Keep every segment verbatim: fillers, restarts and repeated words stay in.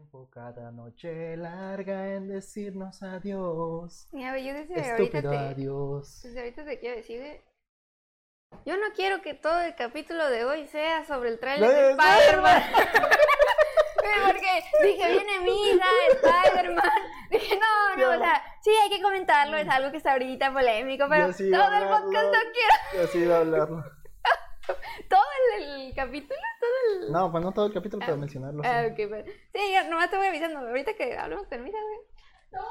tiempo, cada noche larga en decirnos adiós. Mira, yo desde ahorita Estúpido te, adiós. desde ahorita te quiero decir, eh, yo no quiero que todo el capítulo de hoy sea sobre el tráiler de Spider-Man. Porque dije, viene Misa, Spider-Man. Dije, no, no, Yo- o sea, sí hay que comentarlo, es algo que está ahorita polémico, pero Yo sí iba a todo el podcast hablarlo. no quiero. Yo sí iba a hablarlo. Todo el, el capítulo, todo el... No, pues no todo el capítulo, para Ah, mencionarlo. Ah, Sí. ok, pero... Sí, yo nomás te voy avisando, ahorita que hablemos con Misa, güey.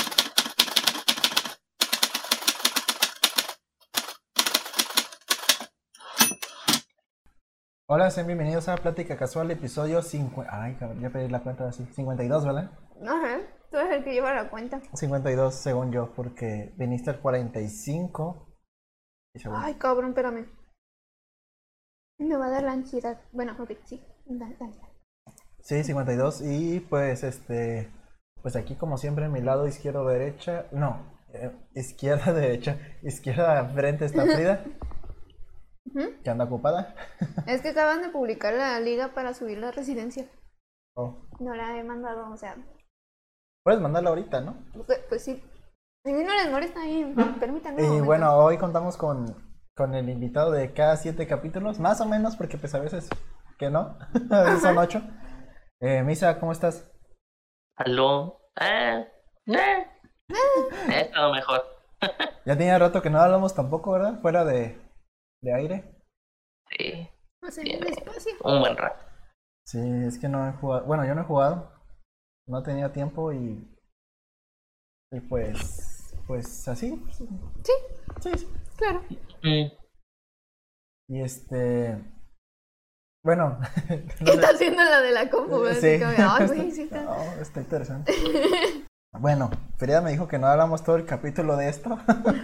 Hola, sean bienvenidos a Plática Casual, episodio cincuenta. Ay, cabrón, ya pedí la cuenta así. cincuenta y dos, ¿verdad? Ajá, tú eres el que lleva la cuenta. cincuenta y dos según yo, porque viniste al cuarenta y cinco. Y según... Ay, cabrón, espérame. Me va a dar la ansiedad. Bueno, ok, sí. Dale, dale. Sí, cincuenta y dos. Y pues este. Pues aquí, como siempre, en mi lado izquierdo, derecha. No, eh, izquierda, derecha. Izquierda, frente está Frida, Ujú. que anda ocupada. Es que acaban de publicar la liga para subir la residencia. Oh. No la he mandado, o sea, Puedes mandarla ahorita, ¿no? pues, pues sí. Si no les molesta ahí, permítanme. un Y momento. bueno, hoy contamos con, con el invitado de cada siete capítulos, más o menos, porque pues a veces que no, a veces son ocho. Eh, Misa, ¿cómo estás? Aló. Ah, eh. He estado mejor. Ya tenía rato que no hablamos tampoco, ¿verdad? Fuera de, de aire. Sí, O sea, tiene despacio. un buen rato. Sí, es que no he jugado. Bueno, yo no he jugado. No tenía tiempo y. Y pues. Pues así. Sí, Sí, sí. claro. Mm, Y este. Bueno. ¿Qué no sé. está haciendo la de la compu? Eh, Así sí. como, ay, güey, sí está. No, está interesante. Bueno, Frida me dijo que no hablamos todo el capítulo de esto.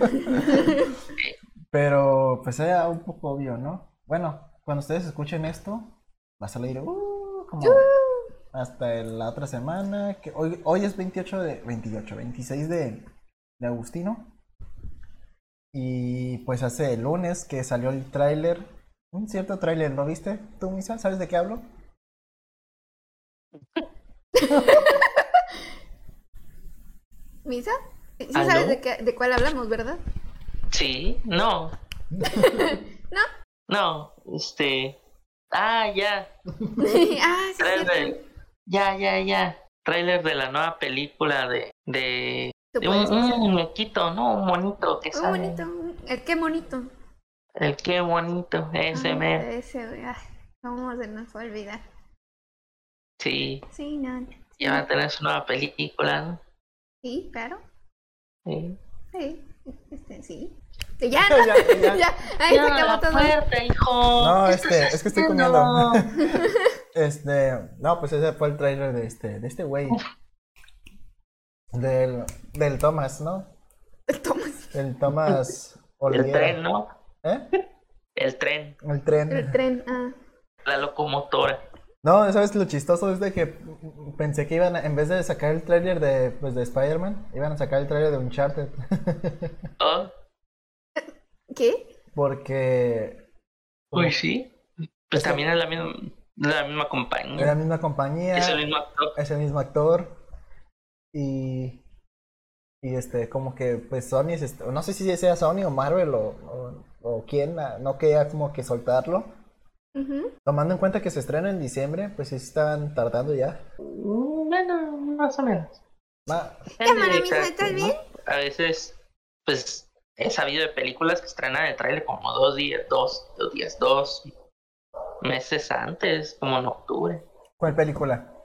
Pero pues era un poco obvio, ¿no? Bueno, cuando ustedes escuchen esto, va a salir uh, como hasta el- la otra semana. Que hoy, hoy es veintiocho de. veintiocho, veintiséis de, de Agustino. Y pues hace el lunes que salió el tráiler. Un cierto tráiler, ¿lo viste tú, Misa? ¿Sabes de qué hablo? ¿Misa? Sí ¿Aló? sabes de, qué, de cuál hablamos, ¿verdad? sí, no, ¿No? no, este. Ah, ya. Ah, sí, Trailer sí. de. Ya, ya, ya. Trailer de la nueva película de. De, Tú de un, puedes un hacer. muñequito, ¿no? Un monito que Muy sale. bonito. El qué bonito. El qué bonito, ese Ah, mero. ese, güey. Ay, ¿cómo se nos fue a olvidar? Sí, Sí, no. Sí, ya va a tener su nueva película, ¿no? sí, claro. Sí. Sí. Este, sí. Que ya, ¿no? Ya, ya. Ya, ahí se Cierra acabó la todo. puerta, hijo. No, ¿Qué este, estás es que estoy haciendo? comiendo. Este, no, pues ese fue el tráiler de este, de este güey. Del, del Thomas, ¿no? Thomas. El Thomas El Olviera. tren, ¿no? ¿Eh? El tren, El tren. El tren. Ah. la locomotora. No, ¿sabes lo chistoso? Es de que pensé que iban a, en vez de sacar el tráiler de, pues, de Spider-Man, iban a sacar el tráiler de Uncharted. Oh, ¿Qué? Porque como uy, sí. Pues Esta- también es la misma, la misma es la compañía. misma compañía, Es el mismo actor. es el mismo actor. Y, y este, como que, pues Sony, es este- no sé si sea Sony o Marvel o, o, o quién, ah, no quería como que soltarlo. Ujú. Tomando en cuenta que se estrena en diciembre, pues sí estaban tardando ya. Mm, Bueno, más o menos. Ma- Cámara, Depende, mija, exacto, ¿estás ¿no? bien? A veces, pues, he sabido de películas que estrenan el trailer como dos días, dos, dos días, dos meses antes, como en octubre. ¿Cuál película?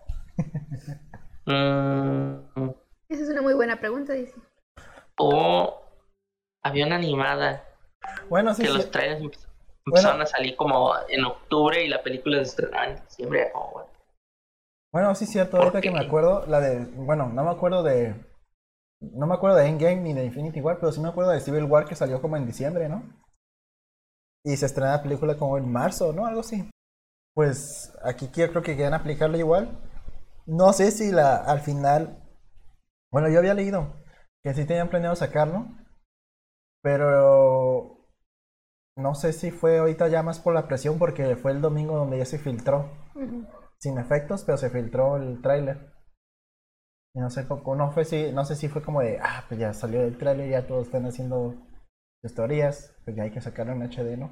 Mm, Esa es una muy buena pregunta, dice. o había una animada Bueno, sí, que sí. los trailers empe- empezaron Bueno. a salir como en octubre y la película se estrenaba en diciembre. Era como, bueno, Bueno, sí, cierto, ¿Por ahorita que qué? me acuerdo, la de, bueno, no me acuerdo de, no me acuerdo de Endgame ni de Infinity War, pero sí me acuerdo de Civil War que salió como en diciembre, ¿no? Y se estrena la película como en marzo, ¿no? Algo así. Pues aquí quiero- creo que quieren aplicarlo igual. No sé si la, al final, bueno, yo había leído que sí tenían planeado sacarlo, pero no sé si fue ahorita ya más por la presión porque fue el domingo donde ya se filtró. Ujú. Sin efectos, pero se filtró el tráiler. Y no sé, poco, no fue si, no sé si fue como de, ah, pues ya salió el trailer, ya todos están haciendo sus teorías, pues ya hay que sacarlo en H D, ¿no?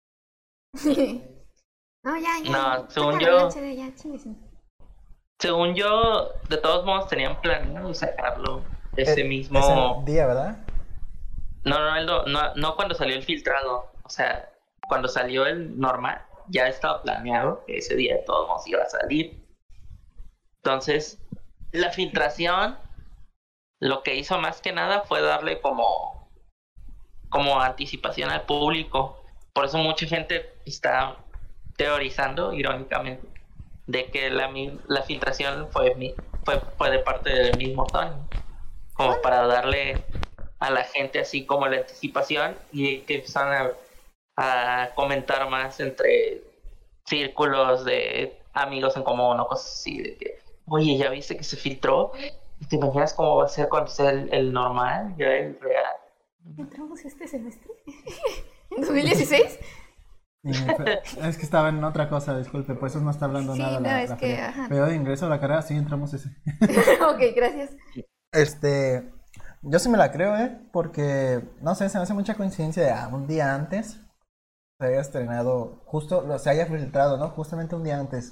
No, ya, ya. No, según sácalo en yo- H D, ya, chingues. Según yo, de todos modos tenían planeado sacarlo ese E- mismo... Ese día, ¿verdad? No, no, el do- no, no cuando salió el filtrado. O sea, cuando salió el normal, ya estaba planeado que ese día de todos modos iba a salir. Entonces, la filtración, lo que hizo más que nada fue darle como, como anticipación al público. Por eso mucha gente está teorizando, irónicamente, de que la, mi- la filtración fue, mi- fue, fue de parte del mismo Tony. Como para darle a la gente así como la anticipación y que empezaron a, a comentar más entre círculos de amigos en común o cosas así de que, oye, ¿ya viste que se filtró? ¿Te imaginas cómo va a ser cuando sea el, el normal, ya el real? ¿Entramos este semestre? ¿En dos mil dieciséis? Y fue- es que estaba en otra cosa, disculpe, pues eso no está hablando Sí, nada no, la, es la que, feria. ajá. Pero de ingreso a la carrera sí entramos ese. Ok, gracias. Este, yo sí me la creo, ¿eh? Porque, no sé, se me hace mucha coincidencia de, ah, un día antes se haya estrenado, justo, lo- se haya filtrado, ¿no? Justamente un día antes.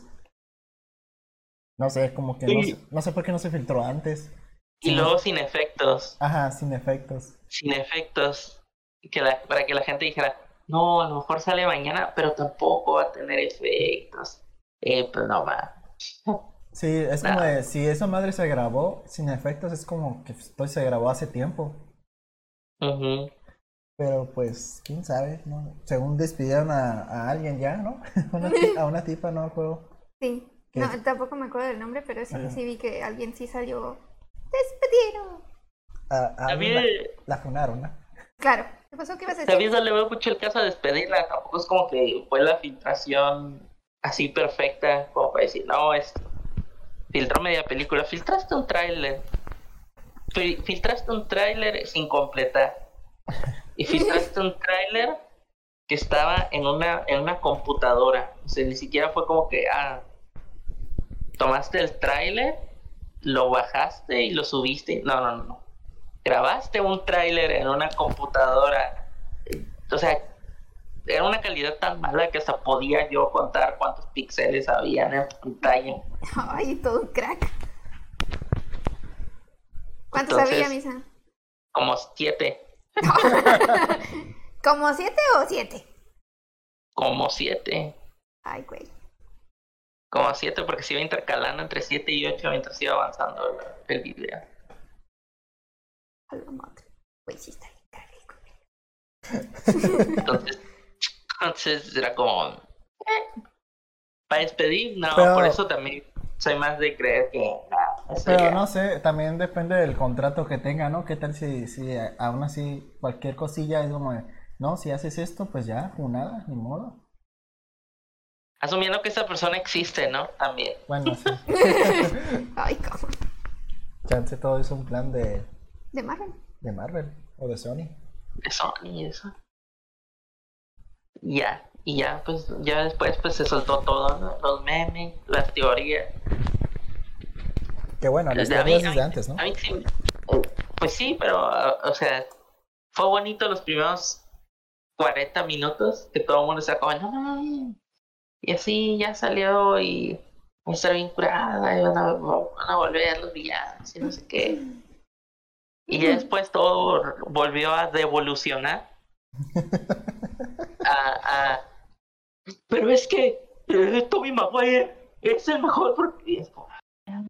No sé, como que no, Sí. sé- no sé por qué no se filtró antes. Y Sí, luego no- sin efectos, Ajá, sin efectos. sin efectos, que la, para que la gente dijera, no, a lo mejor sale mañana, pero tampoco va a tener efectos. Eh, pues no más. Sí, es como de, si esa madre se grabó sin efectos, es como que pues, se grabó hace tiempo. Ujú. Pero pues, quién sabe, ¿no? Según despidieron a, a alguien ya, ¿no? Una ti- a una tipa, no me acuerdo. Sí. ¿Qué? No, tampoco me acuerdo del nombre, pero sí, Ajá. sí vi que alguien sí salió. ¡Despedieron! A, a alguien También, la, la funaron, ¿no? Claro. ¿Qué pasó? ¿Qué ibas a decir? también no le veo mucho el caso de despedirla, tampoco es como que fue la filtración así perfecta, como para decir, no, es filtró media película, filtraste un tráiler, Fil- filtraste un tráiler sin completar, y filtraste un tráiler que estaba en una, en una computadora, o sea, ni siquiera fue como que, ah, tomaste el tráiler, lo bajaste y lo subiste, no, no, no, no. Grabaste un tráiler en una computadora, o sea, era una calidad tan mala que hasta podía yo contar cuántos píxeles había en pantalla. Ay, todo un crack. ¿Cuánto Entonces- sabía, Misa? Como siete, ¿Como siete o siete? como siete, Ay, güey. como siete, porque se iba intercalando entre siete y ocho mientras iba avanzando el, el video. A la madre. Güey, sí está bien crack. Entonces, entonces era como, eh, para despedir, no, Pero- por eso también soy más de creer que, no, eso Pero ya- no sé, también depende del contrato que tenga, ¿no? ¿Qué tal si, si a- aún así cualquier cosilla es como de, no, si haces esto, pues ya, nada, ni modo. asumiendo que esa persona existe, ¿no? También. Bueno, sí. Ay, cómo. Chance todo es un plan de, De Marvel. de Marvel o de Sony. De Sony y eso. Y ya, y ya, pues, ya después pues se soltó todo, ¿no? Los memes, las teorías. Que bueno, las A mí- teorías a desde mí- antes, ¿no? a mí sí, pues sí, pero, o sea, fue bonito los primeros cuarenta minutos que todo el mundo se como, no, no, y así ya salió y va a estar bien curada y van a, van a volver los villanos y no sé qué. Y ya después todo volvió a devolucionar. A, a- pero es que eh, Tobey Maguire es el mejor porque es como,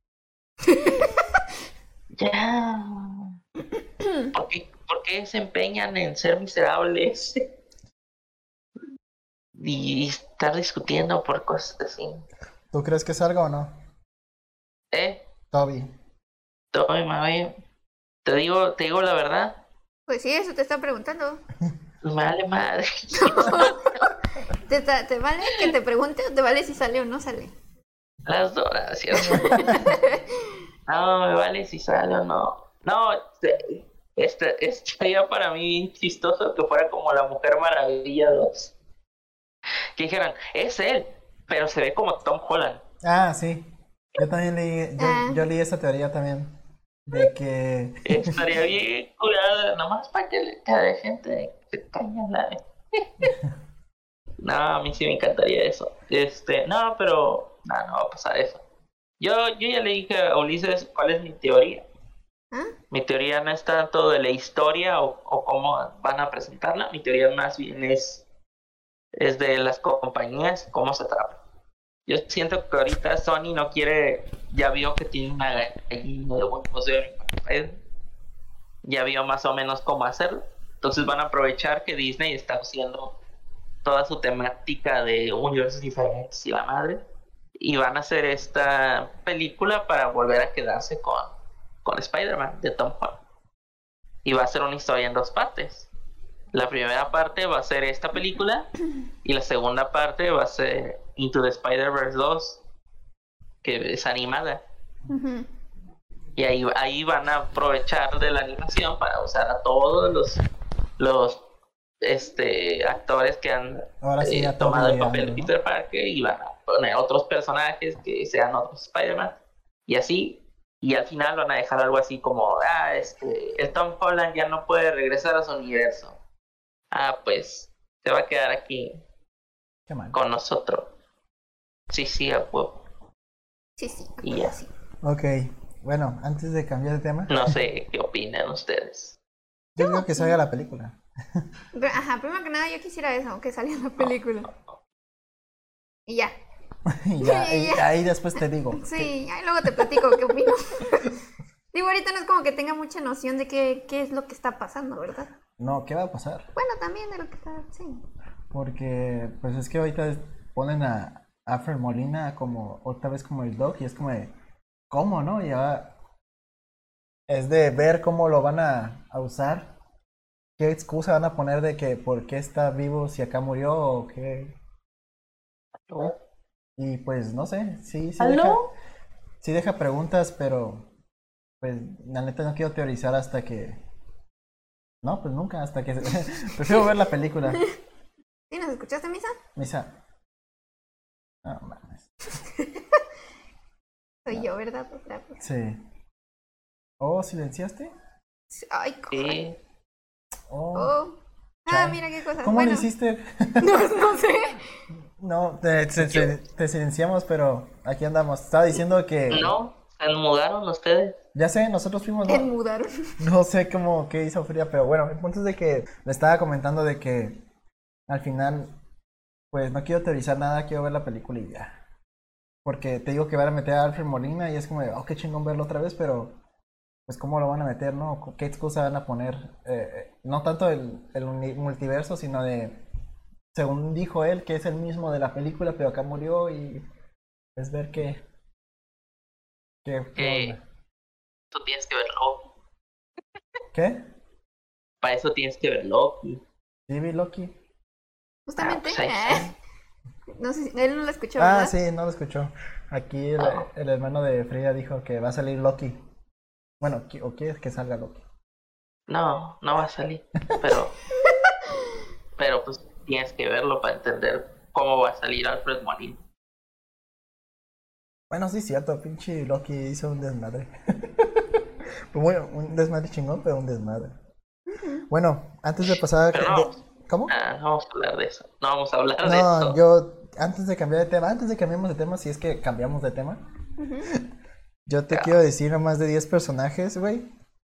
ya. ¿Por qué, por qué se empeñan en ser miserables y estar discutiendo por cosas así? ¿Tú crees que salga o no? ¿Eh? Toby. Tobey Maguire. Te digo, te digo la verdad, Pues sí, eso te están preguntando. me vale madre. ¿Te, te, te vale que te pregunte o te vale si sale o no sale? Las dos, ¿cierto? No, me vale si sale o no. No, este, este, estaría para mí bien chistoso que fuera como la Mujer Maravilla dos. Que dijeran, es él, pero se ve como Tom Holland. Ah, sí. Yo también leí, yo, Ah. yo leí esa teoría también. De que... Estaría bien curada, nomás para que le quede gente que se caña la... No, a mí sí me encantaría eso. Este, no, pero no, no va a pasar eso. Yo, yo ya le dije a Ulises cuál es mi teoría. ¿Ah? Mi teoría no es tanto de la historia o, o cómo van a presentarla. Mi teoría más bien es, es de las compañías, cómo se trata. Yo siento que ahorita Sony no quiere, ya vio que tiene una gallina de huevos de oro, ya vio más o menos cómo hacerlo. Entonces van a aprovechar que Disney está haciendo toda su temática de universos diferentes y la madre, y van a hacer esta película para volver a quedarse con, con Spider-Man de Tom Holland. Y va a ser una historia en dos partes. La primera parte va a ser esta película y la segunda parte va a ser Into the Spider-Verse dos, que es animada. Uh-huh. Y ahí, ahí van a aprovechar de la animación para usar a todos los, los este, actores que han Ahora sí, eh, ya todo tomado el llegando, papel de ¿no? Peter Parker, y van a poner otros personajes que sean otros Spider-Man. Y así, y al final van a dejar algo así como, ah, este, el Tom Holland ya no puede regresar a su universo. Ah, pues se va a quedar aquí Qué mal. con nosotros. Sí, sí, a huevo. Sí, sí. Y ya. Sí. Ok, bueno, antes de cambiar de tema, No sé qué opinan ustedes. yo creo que salga la película. Ajá, primero que nada yo quisiera eso, que saliera la película. Y ya. Y ya, Sí, y ya. ahí después te digo. Sí, ahí luego te platico qué opino. Digo, ahorita no es como que tenga mucha noción de qué, qué es lo que está pasando, ¿verdad? No, ¿qué va a pasar? Bueno, también de lo que está, sí. Porque, pues es que ahorita es- ponen a Alfred Molina como, otra vez como el Doc, y es como de, ¿cómo, no? Ya es de ver cómo lo van a, a usar. ¿Qué excusa van a poner de que por qué está vivo si acá murió o qué? ¿No? Y pues no sé, sí, sí ¿Aló? deja, sí deja preguntas, pero pues la neta no quiero teorizar hasta que... No, pues nunca, hasta que... Prefiero ver la película. ¿Sí nos escuchaste, Misa? Misa. No mames. Soy yo, ¿verdad? Otra vez. Sí. Oh, ¿silenciaste? Ay, cojones. Sí. Oh. Oh. Ah, Chale. mira qué cosas. ¿Cómo bueno, lo hiciste? No, no sé. No, te, te- te- te silenciamos, pero aquí andamos. Estaba diciendo que... No, se mudaron ustedes. Ya sé, nosotros fuimos... ¿no? Enmudaron. No sé cómo qué hizo Frida, pero bueno, el punto es de que le estaba comentando de que al final, pues no quiero teorizar nada, quiero ver la película y ya. Porque te digo que van a meter a Alfred Molina y es como de, oh, qué chingón verlo otra vez, pero pues cómo lo van a meter, ¿no? ¿Qué excusa van a poner? Eh, no tanto el, el uni- multiverso, sino de, según dijo él, que es el mismo de la película, pero acá murió y es ver qué... qué, qué Eh, onda. Tú tienes que verlo. ¿Qué? Para eso tienes que verlo. ¿Sí vi Loki? Justamente. Ah, pues ahí ah, no sé si él no lo escuchó, Ah, ¿verdad? sí, no lo escuchó. Aquí el, Ah. el hermano de Frida dijo que va a salir Loki. Bueno, qui- o quieres que salga Loki. No, no va a salir. Pero, pero pues tienes que verlo para entender cómo va a salir Alfred Molina. Bueno, sí, cierto, pinche Loki hizo un desmadre. Pues bueno, un desmadre chingón, pero un desmadre. Bueno, antes de pasar... Pero de- no. ¿Cómo? Ah, no vamos a hablar de eso. No vamos a hablar de No, eso. yo, antes de cambiar de tema, antes de que cambiemos de tema, si es que cambiamos de tema, Ujú. yo te Ya. quiero decir a más de diez personajes, güey.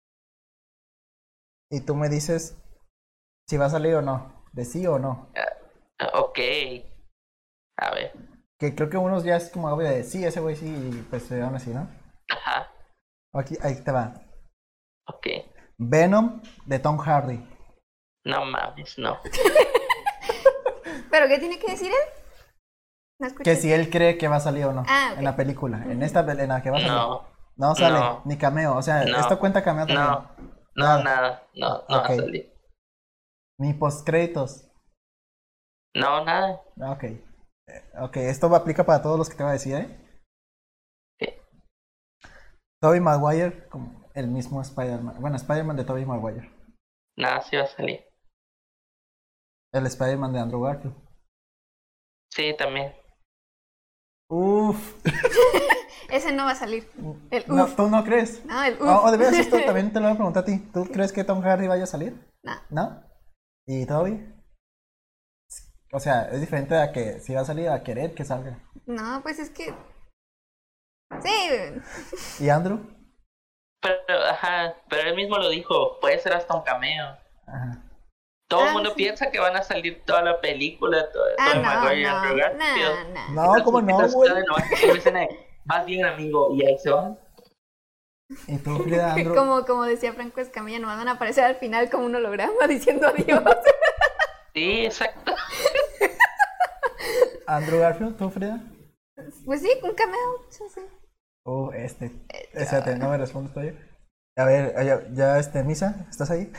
Y tú me dices si va a salir o no, de sí o no. Ah, ok. A ver. Que creo que unos ya es como obvio de sí, ese güey sí, y pues se van así, ¿no? Ajá. Aquí, ahí te va. Ok. Venom de Tom Hardy. No mames, no. ¿Pero qué tiene que decir él? ¿No escuché? Que si él cree que va a salir o no. Ah, ok. En la película. En esta pel- en la que va a salir. No. No sale, No. ni cameo. O sea, No. esto cuenta cameo también. No. No, Nada. nada. No, no va Ok. a salir. Ni postcréditos. No, nada. Ah, Ok. Eh, Ok, esto va- aplica para todos los que te voy a decir, ¿eh? ¿Qué? Tobey Maguire como el mismo Spider-Man. Bueno, Spider-Man de Tobey Maguire. Nada, sí va a salir. El Spider-Man de Andrew Garfield. Sí, también. Uf. Ese no va a salir. El No, uf. ¿tú no crees? No, el uf. Oh, oh, de veras, esto también te lo voy a preguntar a ti. ¿Tú crees que Tom Hardy vaya a salir? No. ¿No? ¿Y Toby? O sea, es diferente a que si va a salir a querer que salga. No, pues es que. Sí. ¿Y Andrew? Pero, ajá, pero él mismo lo dijo, puede ser hasta un cameo. Ajá. Todo el Ah, mundo sí. piensa que van a salir toda la película, todo, Ah, todo no, Maguire y no, Andrew Garfield. no, no. No, Entonces, ¿cómo no, mientras güey? ustedes nomás tienen una escena de, vas bien, amigo, y ahí se van. ¿Y tú, Frida, Andrew? Como, como decía Franco Escamilla, nos van a aparecer al final como un holograma diciendo adiós. Sí, exacto. ¿Andrew Garfield? ¿Tú, Frida? Pues sí, un cameo. Sí, sí. Oh, este. Espérate, no me respondes todavía. A ver, ya, ya este, Misa, ¿estás ahí?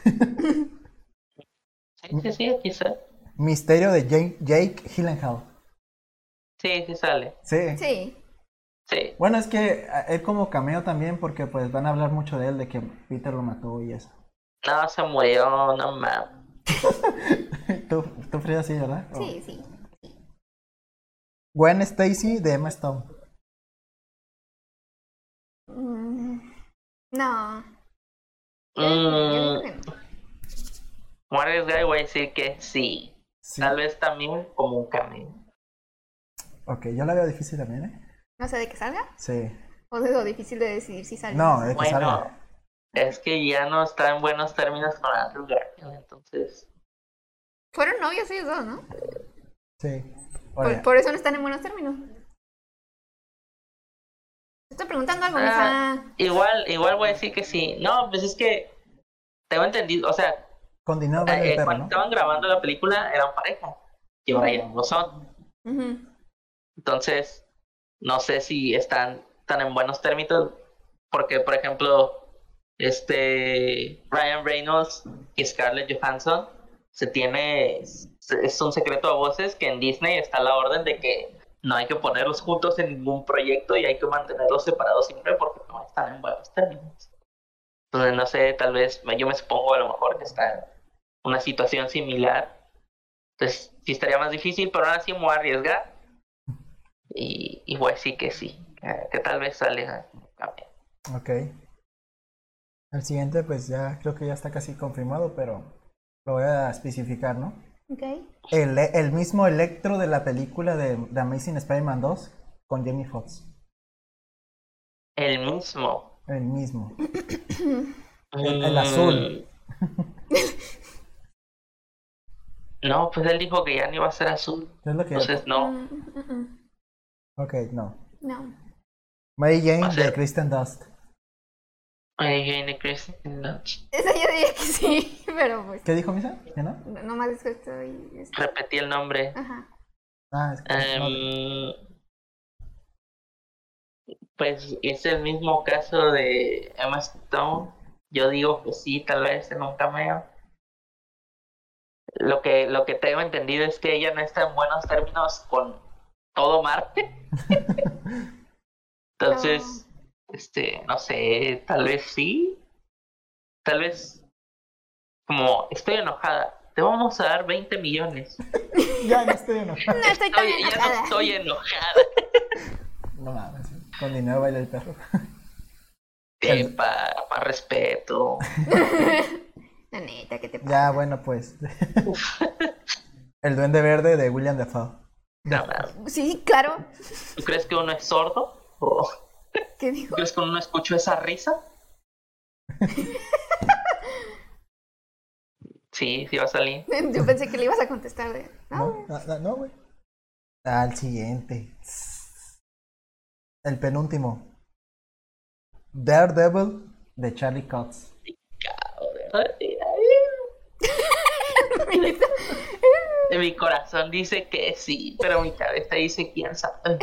Sí, sí, sí, aquí está. Misterio de Jake, Jake Gyllenhaal. Sí, sí sale. Sí. Sí. Sí. Bueno, es que a- él como cameo también, porque pues van a hablar mucho de él, de que Peter lo mató y eso. No, se murió, no mames. tú, tú, Frida, sí, ¿verdad? Oh. Sí, sí. Gwen Stacy de Emma Stone. Mm, no. Yo Mm, creo que no. Morris Guy voy a decir que sí. Sí. Tal vez también como un cameo. Ok, yo la veo difícil también, ¿eh? No sé de que salga. Sí. O de lo difícil de decidir si sale. No, de que Bueno, salga. es que ya no está en buenos términos con Andrew Garfield, entonces. Fueron novios ellos dos, ¿no? Sí. Por, Oye, por eso no están en buenos términos. Te estoy preguntando algo, Ah, mija. igual, igual voy a decir que sí. No, pues es que tengo entendido, o sea, con dinero vale el eh, perro, cuando ¿no? estaban grabando la película eran pareja y ahora ya no lo son. Ujú. Entonces, no sé si están tan en buenos términos, porque, por ejemplo, este Ryan Reynolds y Scarlett Johansson se tiene, es un secreto a voces que en Disney está la orden de que no hay que ponerlos juntos en ningún proyecto y hay que mantenerlos separados siempre porque no están en buenos términos. Entonces, no sé, tal vez yo me supongo a lo mejor que está en una situación similar. Entonces, sí estaría más difícil, pero ahora sí me voy a arriesgar. Y, y voy a decir que sí, que, que tal vez salga un cambio. Ok. El siguiente, pues ya creo que ya está casi confirmado, pero lo voy a especificar, ¿no? Ok. El, el mismo Electro de la película de The Amazing Spider-Man dos con Jamie Foxx. El mismo. El mismo. El, Mm, el azul. No, pues él dijo que ya no iba a ser azul. Es lo que... Entonces, no. Mm, mm, mm. Ok, no. No. Mary Va Jane a ser- de Kristen Dust. Ay, Jane Kristen Dunst. Esa yo diría que sí, pero pues. ¿Qué dijo Misa? ¿Que no? No, nomás es que estoy. es- Repetí el nombre. Ajá. Ah, es que no. Em, pues es el mismo caso de Emma Stone. Yo digo que sí, tal vez en un cameo. Lo que, lo que tengo entendido es que ella no está en buenos términos con todo Marvel. Entonces, este, no sé, tal vez sí. Tal vez, como estoy enojada, te vamos a dar veinte millones. Ya no estoy enojado. No estoy tan Estoy- ya no enojada. estoy enojada. No mames. Con dinero baila el perro. Epa, más respeto. La neta, ¿qué te pasa? Ya, bueno, pues. El Duende Verde de William Dafoe. No, no. Sí, claro. ¿Tú crees que uno es sordo? ¿O ¿Qué dijo? ¿Tú crees que uno no escuchó esa risa? Sí, sí va a salir. Yo pensé que le ibas a contestar de. No, No. no, no, no, güey. Al siguiente. El penúltimo. Daredevil de Charlie Cox. Mi corazón dice que sí, pero mi cabeza dice quién sabe.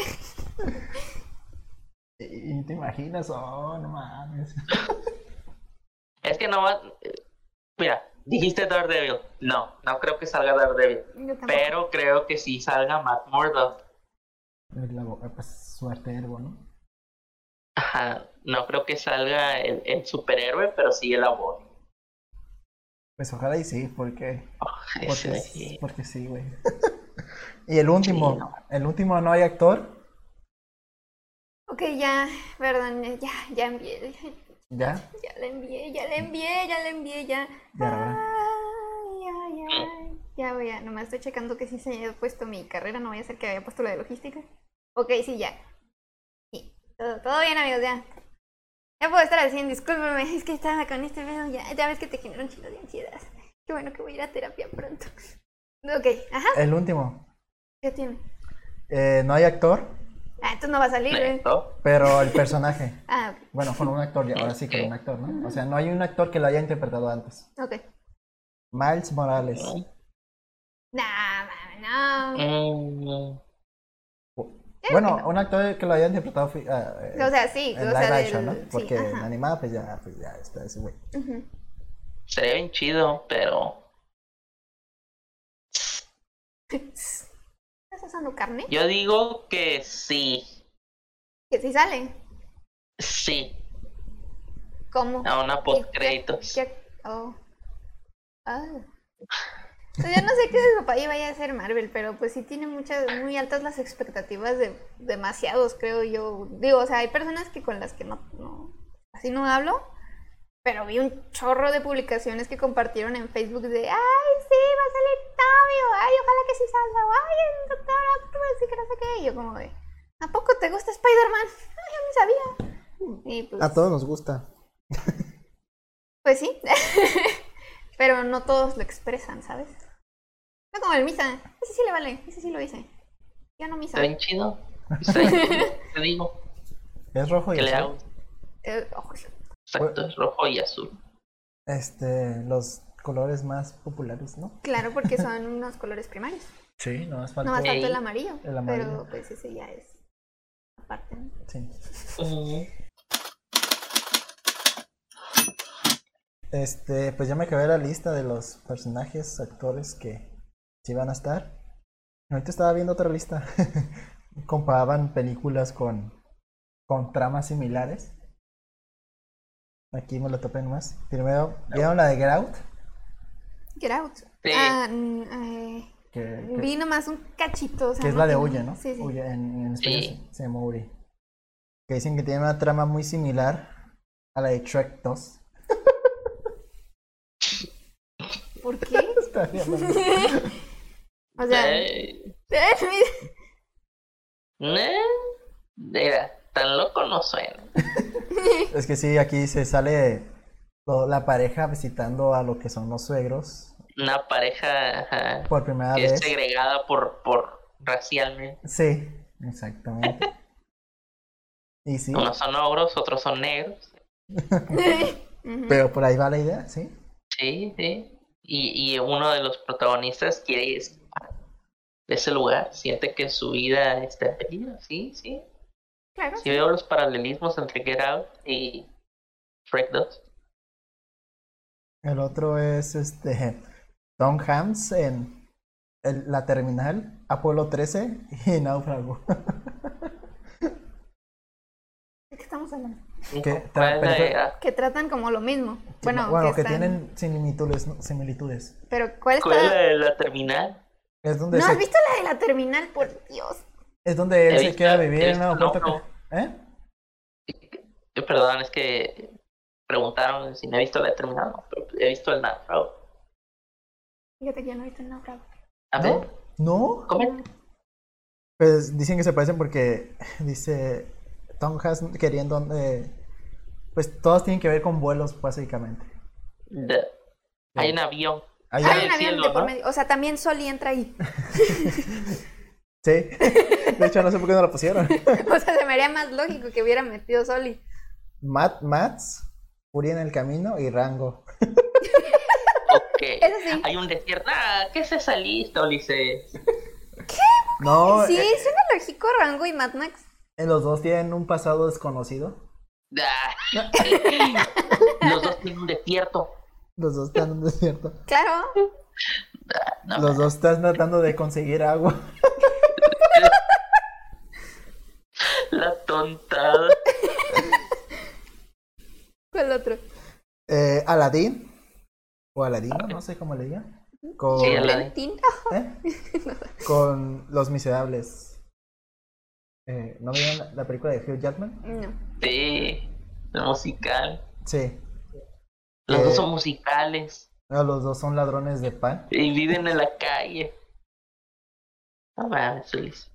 ¿Y te imaginas? Oh, no mames. Es que no va. Mira, dijiste Daredevil. No, no creo que salga Daredevil. Yo tampoco. Pero creo que sí salga Matt Murdock. Es la bo- Pues suerte ergo, ¿no? Ajá, no creo que salga el, el superhéroe, pero sí el abuelo. Pues ojalá y sí, porque. Porque, Ese sí. porque sí, güey. Y el último. Sí, no. El último no hay actor. Ok. Ok, ya, perdón, ya, ya envié. ¿Ya? Ya la envié, ya la envié, ya la envié, ya. Ya, ahora. Ay, ay, ay. Ya voy a, nomás estoy checando que sí se haya puesto mi carrera, no voy a ser que haya puesto la de logística. Ok, sí, ya. Sí, todo, todo bien, amigos, ya. Ya puedo estar al cien, discúlpeme, es que estaba con este pedo, ya, ya ves que te genera un chingo de ansiedad. Qué bueno que voy a ir a terapia pronto. Ok, ajá, El último. ¿qué tiene? Eh, no hay actor, Ah, entonces no va a salir, ¿eh? ¿Neto? pero el personaje. Ah, Bueno, con un actor, ya, ahora sí con un actor, ¿no? O sea, no hay un actor que lo haya interpretado antes. ok. Miles Morales. Nah, mami, no. Mm, Bueno, un actor que lo haya interpretado fi- ah, eh, O sea, sí, en o live sea, action, del- ¿no? sí, Porque en ajá. animada, pues ya, pues ya está ese güey. Ujú. sería bien chido, pero ¿Estás usando carne? yo digo que sí, Que sí sale. sí, ¿Cómo? a una ¿Qué- post qué- créditos. qué- Oh. Ah. Pues yo no sé qué de su papá vaya a hacer Marvel, pero pues sí tiene muchas, muy altas las expectativas de demasiados, creo yo. Digo, o sea, hay personas que con las que no, no así no hablo, pero vi un chorro de publicaciones que compartieron en Facebook de, ay, sí, va a salir Tobio, ay, ojalá que sí salga, o, ay, el Doctor Octopus, y que no sé qué. Y yo como de, ¿a poco te gusta Spider-Man? Ay, yo no sabía. Y pues, A todos nos gusta. pues sí, pero no todos lo expresan, ¿sabes? No como el Misa, ese sí le vale, ese sí lo hice. Yo no Misa. Está bien chido, está bien chido, te digo, Es rojo y que le azul. hago. Eh, ojo, Exacto, es rojo y azul. Este, los colores más populares, ¿no? claro, porque son unos colores primarios. Sí, no más No falta. más falta el Ey. amarillo, El amarillo. pero pues ese ya es aparte, ¿no? Sí. Mm, Este, pues ya me acabé la lista de los personajes, actores que sí van a estar. Ahorita estaba viendo otra lista. Comparaban películas con, con tramas similares. Aquí me lo topé nomás. Primero, ¿vieron la de Get Out? Get Out. Sí. Ah, mm, eh, Que, que- vi nomás un cachito. O sea, que es no la de tengo- Huye, ¿no? Sí, sí. Huye, en, en español Sí. se, se llama Uri. Que dicen que tiene una trama muy similar a la de Shrek dos. ¿Por qué? Está bien, ¿no? O sea, eh, eh, mira, tan loco no suena. Es que sí, aquí se sale lo- la pareja visitando a lo que son los suegros Una pareja ajá, por primera que es vez. segregada por, por racialmente. Sí, exactamente. Y sí, Unos son ogros, otros son negros. ujú. pero por ahí va la idea, sí. Sí, sí. Y, y uno de los protagonistas quiere escapar de ese lugar. Siente que su vida está en peligro. Sí, sí. Claro. Sí veo los paralelismos entre Get Out y Shrek dos. El otro es este Tom Hanks en el- la terminal, Apolo trece y Náufrago. ¿De qué estamos hablando? ¿Qué? ¿Cuál es la Pero- era? Que tratan como lo mismo. Bueno, bueno, que, que están- tienen similitudes, ¿no? similitudes. Pero ¿cuál ¿Cuál es la está? de la terminal? Es donde ¿No se- has visto la de la terminal? Por Dios. es donde él He se visto- queda a he vivir en visto un aeropuerto. Náufrago. que- ¿Eh? Eh, Perdón, es que preguntaron si no he visto la de terminal. No, pero he visto el náufrago. Fíjate que yo no he visto el náufrago. A ¿No? ver, ¿No? ¿cómo? Pues dicen que se parecen porque dice Tom Hanks queriendo eh, pues todos tienen que ver con vuelos básicamente. De- Hay un avión. Hay Ah, Hay el un avión cielo, de por ¿no? medio. O sea, también Soli entra ahí. Sí. De hecho no sé por qué no lo pusieron. O sea, se me haría más lógico que hubiera metido Soli. Matt, Mats, Furia en el camino y Rango. Ok. Eso sí. Hay un desierto. Ah, ¿qué es esa lista, Ulises? No, Sí, eh, suena lógico Rango y Mad Max. eh, los dos tienen un pasado desconocido. Ah. Los dos tienen un desierto. Los dos están en un desierto. Claro. No, Los dos están tratando de conseguir agua. la tontada. ¿Cuál otro? Eh, Aladdin. O Aladino, no sé cómo le digan. Con, Sí, Aladdin. Valentín. ¿eh? Con Los Miserables. Eh, ¿No vieron la, la película de Hugh Jackman? No. Sí, el musical. Sí. Los Eh, dos son musicales No, los dos son ladrones de pan. y viven en la calle. No mames, Solís.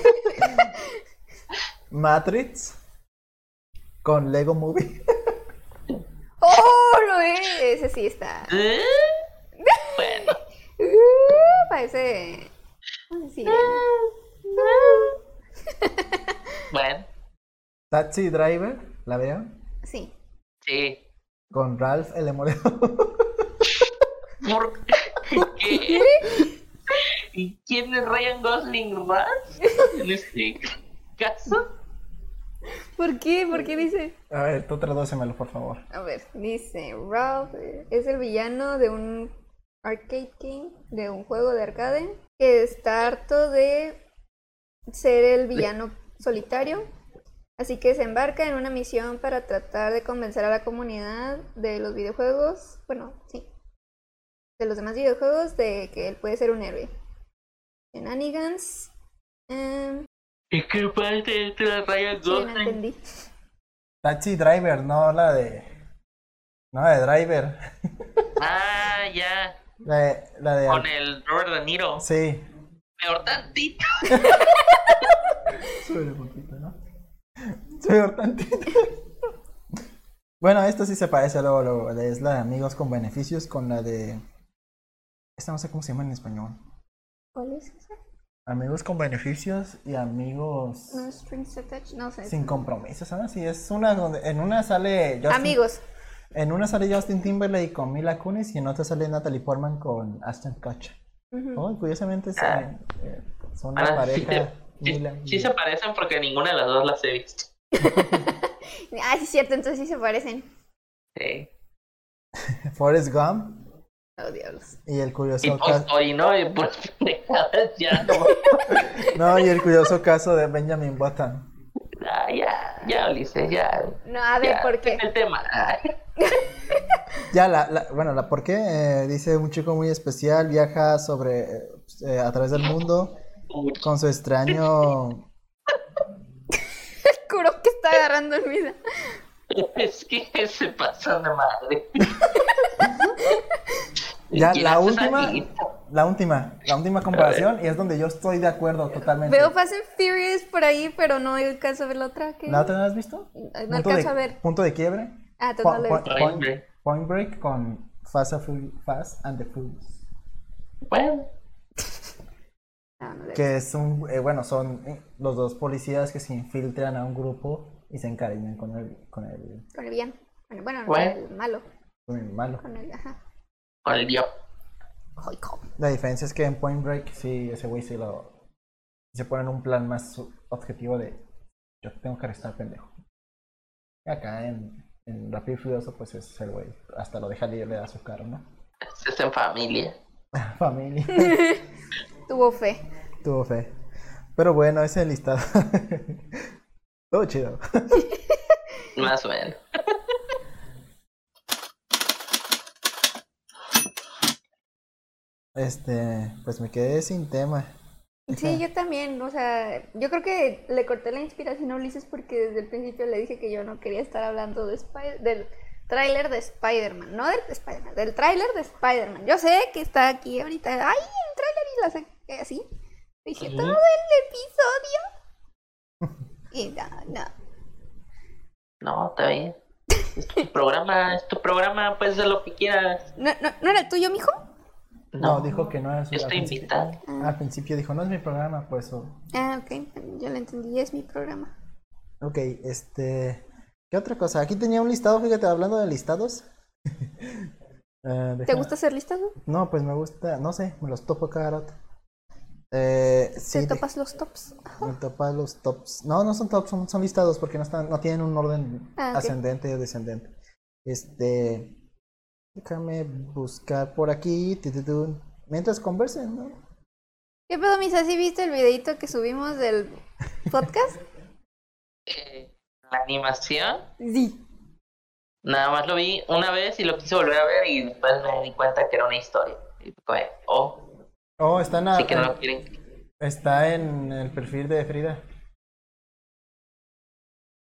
Matrix con Lego Movie. ¡Oh, lo es! Ese sí está. ¿Eh? Bueno. Uh, parece. Sí. Bueno, Taxi Driver, ¿la vieron? Sí. sí. Con Ralph el Demoledor. ¿Por qué? ¿Y quién es Ryan Gosling más en este caso? ¿Por qué? ¿Por qué dice? A ver, tú tradúcemelo, por favor. A ver, dice, Ralph eh, es el villano de un arcade king, de un juego de arcade, que está harto de ser el villano solitario, así que se embarca en una misión para tratar de convencer a la comunidad de los videojuegos, bueno, sí, de los demás videojuegos, de que él puede ser un héroe. Shenanigans. Eh, ¿Y qué parte de la Ryan sí, no Gosling? entendí. Taxi Driver, no la de. No, la de Driver. Ah, ya. La de. La de Con el Robert De Niro. Sí. Peor tantito. Súbele poquito, ¿no? Súbele tantito. Bueno, esto sí se parece luego, luego. Es la de Amigos con Beneficios con la de. Esta no sé cómo se llama en español. ¿Cuál es esa? Amigos con Beneficios y Amigos No, Strings Attached, no sé. Sin Compromisos, ¿sabes? Sí, es una donde. En una sale. Justin, Amigos. En una sale Justin Timberlake con Mila Kunis y en otra sale Natalie Portman con Ashton Kutcher. Ujú. Oh, curiosamente se- Ah. eh, son una Ah, sí, pareja. sí, Mila sí y- se parecen porque ninguna de las dos las he visto. Ah, sí, es cierto, entonces sí se parecen. Sí. Forrest Gump Oh, diablos. y el Y curioso pues caso. hoy no, y pues pendejadas ya no. No, y el curioso caso de Benjamin Button. Ah, ya, ya, Ulises, ya. No, a ver, ya, ¿por qué? El tema. Ay, Ya, la, la- bueno, la por qué, eh, dice un chico muy especial, viaja sobre, eh, eh, a través del mundo con su extraño. Juro que está agarrando el vida. es que se pasan de madre. Ya, ¿Quién la hace última, esa lista? la última, la última comparación y es donde yo estoy de acuerdo totalmente. Veo Fast and Furious por ahí, pero no alcanzo a ver la otra. ¿Qué? ¿La otra no la has visto? No Punto alcanzo de- a ver. Punto de quiebre. Ah, entonces Po- no la he po- visto. Point point, Break. Point Break con Fast and, Furi- Fast and the Furious. Bueno, No, no la he Que es un, eh, bueno, son eh, los dos policías que se infiltran a un grupo y se encariñan con el, con el, visto. Con el bien. Bueno, bueno, no, Bueno. con el malo. con el malo. Con el, ajá. con el dios. Ay, ¿cómo? La diferencia es que en Point Break sí, ese güey sí lo, se ponen un plan más su- objetivo de yo tengo que arrestar al pendejo. Y acá en, en Rápido y Furioso pues es el güey, hasta lo deja libre a su carro, ¿no? Es en familia. Familia. Tuvo fe. Tuvo fe. Pero bueno, ese listado. Todo chido. Más o menos. Este, pues me quedé sin tema. Sí, yo también, o sea, yo creo que le corté la inspiración a Ulises porque desde el principio le dije que yo no quería estar hablando de Spider- del tráiler de Spider-Man, no del Spider-Man, del tráiler de Spider-Man. Yo sé que está aquí ahorita, ay, el tráiler y la saqué así. Dije Ujú. todo el episodio. Y no, no. No, está bien. Es tu programa, es tu programa, puedes hacer lo que quieras. ¿No, no, ¿no era el tuyo, mijo? No, dijo que no era su Yo estoy al principio- invitado. Al principio dijo, no es mi programa, por eso. Ah, ok, yo lo entendí, es mi programa. Ok, este. ¿Qué otra cosa? Aquí tenía un listado, fíjate, hablando de listados. Eh, ¿Te deja- gusta hacer listado? No, pues me gusta, no sé, me los topo cada rato. Eh, sí, ¿Te de- topas los tops? me topa los tops. No, no son tops, son, son listados porque no están, no tienen un orden Ah, ok. ascendente o descendente. Este. Déjame buscar por aquí. tu, tu, tu, mientras conversen, ¿no? ¿Qué pedo, Misa? ¿Sí viste el videito que subimos del podcast? Eh, la animación, Sí. nada más lo vi una vez y lo quise volver a ver y después me di cuenta que era una historia. Y fue como, oh, Oh, está en, sí que no en- lo quieren. está en el perfil de Frida.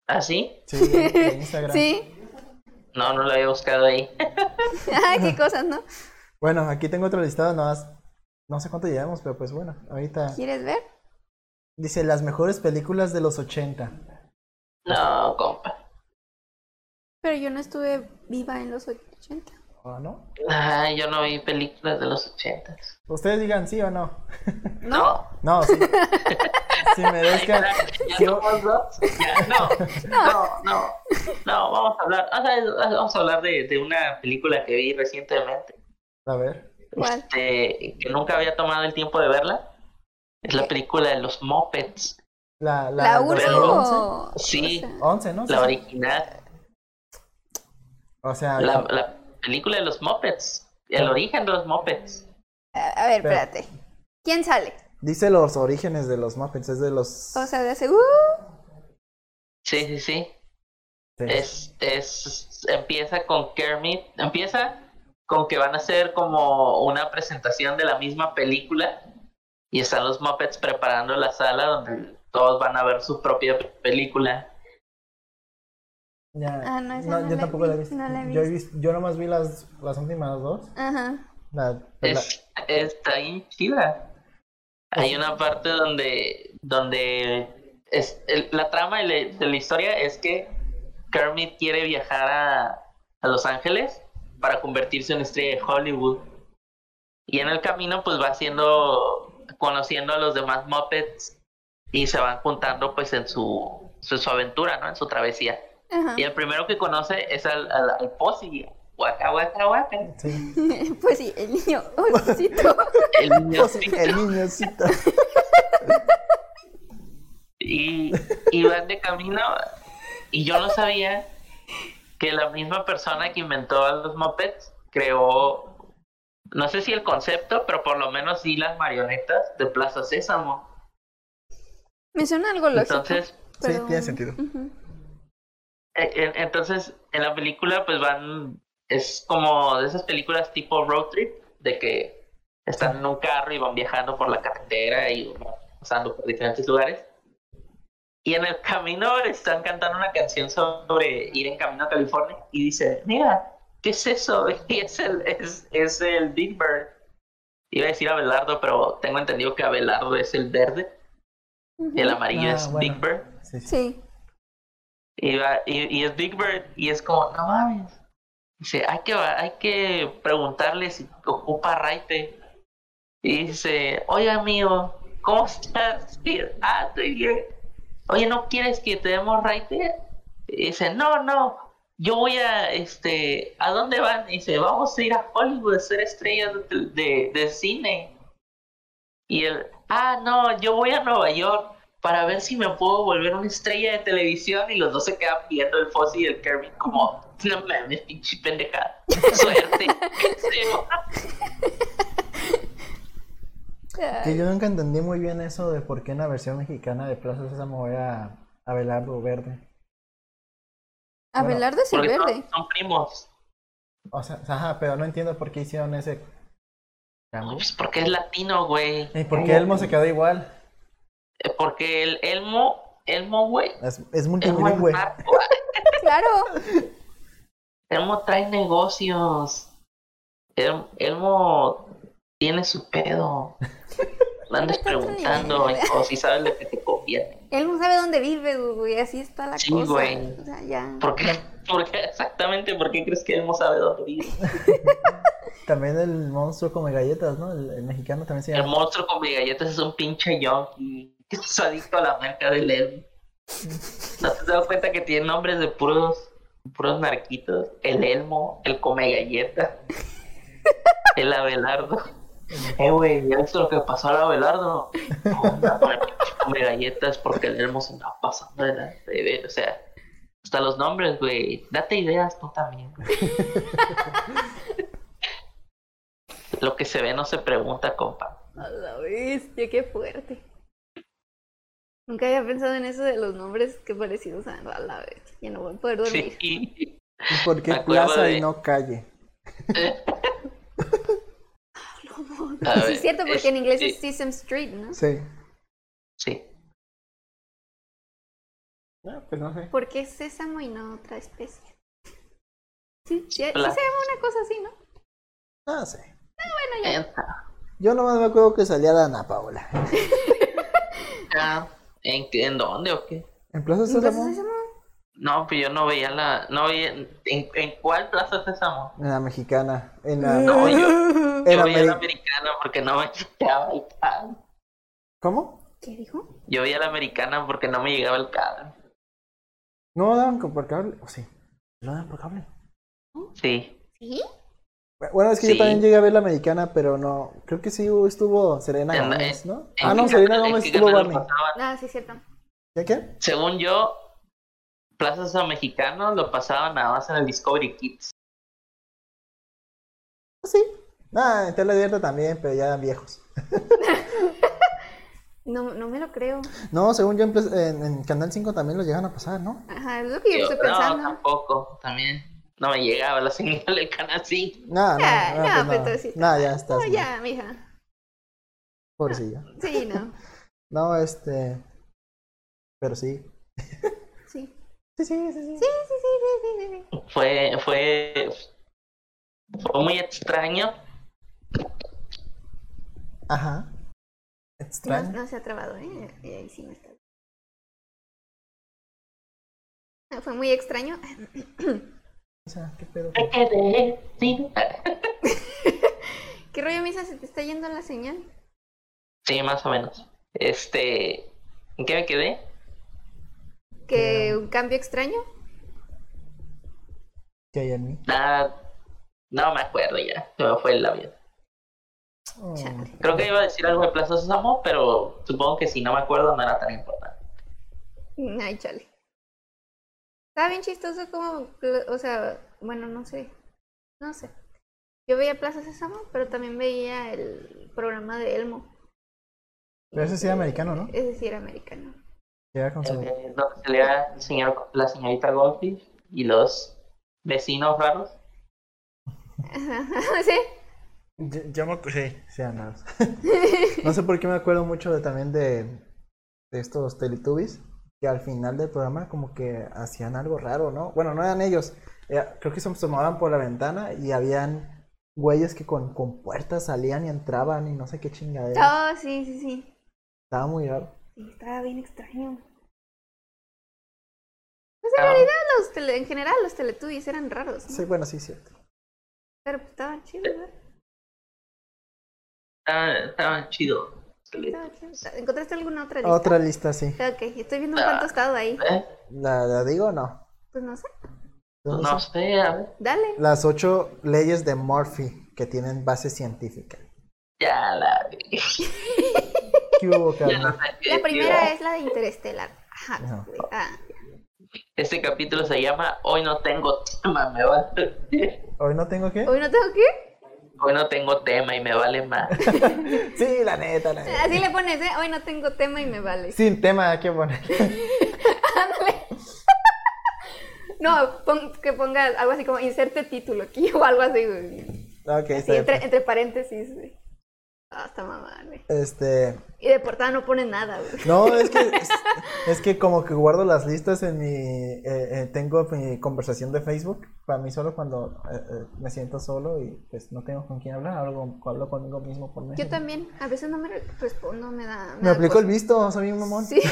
¿Ah, sí? Sí, de Instagram. Sí. No, no lo había buscado ahí. Ay, qué cosas, ¿no? Bueno, aquí tengo otro listado, nada más. No sé cuánto llevamos, pero pues bueno, ahorita. ¿Quieres ver? Dice las mejores películas de los ochenta. No, compa. Pero yo no estuve viva en los ochenta. ¿O no? Ah, yo no vi películas de los ochentas. Ustedes digan sí o no. No. No, sí. Si me dejan. ¿Ya Yo... somos dos? Ya, no, no, no. No, vamos a hablar. O sea, vamos a hablar de, de una película que vi recientemente. A ver. ¿Cuál? Este, que nunca había tomado el tiempo de verla. Es la película de los Muppets. La, la, ¿La dos mil Pero- once. uno? Sí, O sea, once, ¿no? Sí, la sí. original. O sea, La, la película de los Muppets. El origen de los Muppets. a, a ver, Pero- espérate. ¿Quién sale? dice los orígenes de los Muppets, es de los... O sea, de hace... Uh, Sí, sí, sí. Sí. Es, es, empieza con Kermit, empieza con que van a hacer como una presentación de la misma película y están los Muppets preparando la sala donde todos van a ver su propia película. Ya. Ah, no, esa No, no yo la tampoco vi, la he visto. no la he Yo, he visto. visto- yo nomás vi las, las últimas dos. Ajá. La, la- Es, está bien chida. Hay una parte donde, donde es, el- la trama de la, de la historia es que Kermit quiere viajar a, a Los Ángeles para convertirse en estrella de Hollywood. Y en el camino pues va haciendo, conociendo a los demás Muppets y se van juntando pues en su, en su aventura, ¿no? En su travesía. Ajá. Y el primero que conoce es al, al, al Posy, Waka Waka Waka. sí. Pues sí, el niño osito. El niño Pues sí, el niñocito. y, y van de camino y yo no sabía que la misma persona que inventó a los Muppets creó, no sé si el concepto, pero por lo menos sí las marionetas de Plaza Sésamo. Me suena algo lógico. Entonces, Sí, pero- tiene sentido. Ujú. eh, eh, entonces en la película pues van, es como de esas películas tipo road trip, de que están en un carro y van viajando por la carretera y van pasando por diferentes lugares. Y en el camino están cantando una canción sobre ir en camino a California y dice, mira, ¿qué es eso? Y es el, es, es el Big Bird. Iba a decir Abelardo, pero tengo entendido que Abelardo es el verde, Ujú. el amarillo Ah, es bueno. Big Bird. Sí, sí. Sí. Y, va- y, y es Big Bird y es como, no mames. Dice, hay que, hay que preguntarle si ocupa raite. Y dice, oye amigo, ¿cómo estás? Y, ah, estoy bien. Oye, ¿no quieres que te demos raite? Y dice, no, no, yo voy a, este, ¿a dónde van? Y dice, vamos a ir a Hollywood a ser estrellas de, de, de cine. Y él, ah, no, yo voy a Nueva York para ver si me puedo volver una estrella de televisión. Y los dos se quedan viendo el Fozzie y el Kirby como, no mames, pinche pendeja, suerte. Que yo nunca entendí muy bien eso de por qué en la versión mexicana de Plaza Sésamo era Abelardo Verde. Abelardo es el Porque verde. son, son primos. O sea, ajá, pero no entiendo por qué hicieron ese cambio. Pues porque es latino, güey. ¿Y por qué Elmo se quedó igual? Eh, Porque el Elmo, Elmo, güey. Es, es Elmo es multilingüe. narco. Claro. Elmo trae negocios. El- Elmo tiene su pedo. No andes preguntando, hijo, si sabes lo que te conviene. Él no sabe dónde vive, güey. Así está la Sí, cosa. güey. O sea, ya. ¿Por qué? ¿Por qué? Exactamente, ¿por qué crees que Elmo sabe dónde vive? También el monstruo come galletas, ¿no? El, el mexicano también se El llama. monstruo con galletas es un pinche yonki que es adicto a la marca del Elmo. ¿No te has dado cuenta que tiene nombres de puros, puros narquitos? El Elmo, el come galletas, el Abelardo. Eh, güey, ¿ya viste lo que pasó al Abelardo? No, anda con el pinche come galletas porque el Elmo se anda pasando de la de ver, o sea, hasta los nombres, güey. Date ideas tú también. Lo que se ve no se pregunta, compa. A la bestia, qué fuerte. Nunca había pensado en eso de los nombres que parecidos a a la bestia. Ya no voy a poder dormir. Sí. ¿Y por qué Me acuerdo plaza de- y no calle? A Sí, ver, es cierto, porque es- en inglés sí, es Sesame Street, ¿no? Sí. sí. Ah, pues no sé. ¿Por qué sésamo y no otra especie? Sí, sí, sí se Hola. llama una cosa así, ¿no? No sé. Bueno, ya. Eh, Yo nomás me acuerdo que salía la Ana Paola. ah, ¿En, qué- ¿En dónde o qué? ¿En Plaza Entonces, Sésamo? sésamo. No, pues yo no veía la. No veía. ¿En, en cuál Plaza Sésamo? En la mexicana. En la. No, yo, en yo veía la Ameri- americana porque no me llegaba el cable. ¿Cómo? ¿Qué dijo? Yo veía la americana porque no me llegaba el cable. No daban por cable. ¿O sí? ¿No daban por cable? Sí. ¿Sí? Bueno, es que Sí. yo también llegué a ver la americana, pero no. Creo que sí estuvo Selena En- Gómez, en- ¿no? ¿En Ah, no, qué Selena canal- en Gómez qué estuvo canal Barney. lo pasaban? Ah, sí, cierto. ¿Qué qué? Según yo, Plaza Sésamo Mexicano lo pasaban nada más en el Discovery Kids. Ah, sí. Ah, en tele abierta también, pero ya eran viejos. No, no me lo creo. No, según yo en, Plas- en- en Canal cinco también lo llegan a pasar, ¿no? Ajá, es lo que yo Yo, estoy no, pensando. tampoco, también. No me llegaba la señal del canal cinco. No, no, Ya, no, no, pues pero no. entonces sí está No, mal. ya estás. No, mal. ya, mija. Pobrecilla. Sí, no. No, este. Pero sí. Sí. Sí, sí, sí, sí. Sí, sí, sí, sí, sí, sí. Fue, fue, fue muy extraño. Ajá. No, Extraño. no se ha trabado, ¿eh? Y ahí sí me está. No, fue muy extraño. O sea, ¿qué pedo? Me quedé sin- ¿Qué rollo, Misa? ¿Se te está yendo la señal? Sí, más o menos. Este, ¿en qué me quedé? ¿Que Eh, un cambio extraño? ¿Qué hay en mí? Nada, no me acuerdo ya. Se me fue el avión. Oh. Chale. Creo que iba a decir algo de Plaza Sésamo, pero supongo que si no me acuerdo no era tan importante. Ay, chale. Estaba bien chistoso como, o sea, bueno, no sé, no sé. Yo veía Plaza Sésamo, pero también veía el programa de Elmo. Pero ese sí era americano, ¿no? Ese sí era americano. Que era con su... El de donde salía el señor, la señorita Goldfish y los vecinos raros. ¿Sí? Yo, yo me acu- sí, sí, nada. No sé por qué me acuerdo mucho de, también de, de estos Teletubbies, que al final del programa como que hacían algo raro, ¿no? Bueno, no eran ellos, eh, creo que se asomaban por la ventana y habían güeyes que con, con puertas salían y entraban y no sé qué chingadera. Oh, sí, sí, sí. Estaba muy raro. Sí, estaba bien extraño. Pues en realidad los tele, en general los Teletubbies eran raros, ¿no? Sí, bueno, sí, cierto. Pero pues estaban chidos, ¿verdad? Estaban, estaban chidos. Estaban chidos. ¿Encontraste alguna otra lista? Otra lista, sí. Ok, estoy viendo un pan tostado ahí. ¿Eh? ¿La, la digo o no? Pues no sé. ¿Dónde No está? sé, a ver. Dale. Las ocho leyes de Murphy que tienen base científica. Ya la vi. ¿Qué hubo, Ya no Carmen? sé qué La decir. primera es la de Interestelar. Ajá. Ajá. Ah, Este capítulo se llama Hoy no tengo tema, me vale. ¿Hoy no tengo qué? ¿Hoy no tengo qué? Hoy no tengo tema y me vale más. Sí, la neta, la neta. Así le pones, ¿eh? Hoy no tengo tema y me vale. Sin tema, hay que poner. Ándale. No, pon- que ponga algo así como inserte título aquí o algo así, güey. Ok, Así, está entre, bien. entre paréntesis, güey. Ah, está mamá, güey. Este. Y de portada no pone nada, güey. No, es que es, es que como que guardo las listas en mi eh, eh, tengo mi conversación de Facebook para mí solo cuando eh, eh, me siento solo y pues no tengo con quién hablar, hablo, hablo conmigo mismo por Yo Messenger. también, a veces no me re- respondo, me da. Me da aplicó el cosa. visto, soy un mamón. Sí.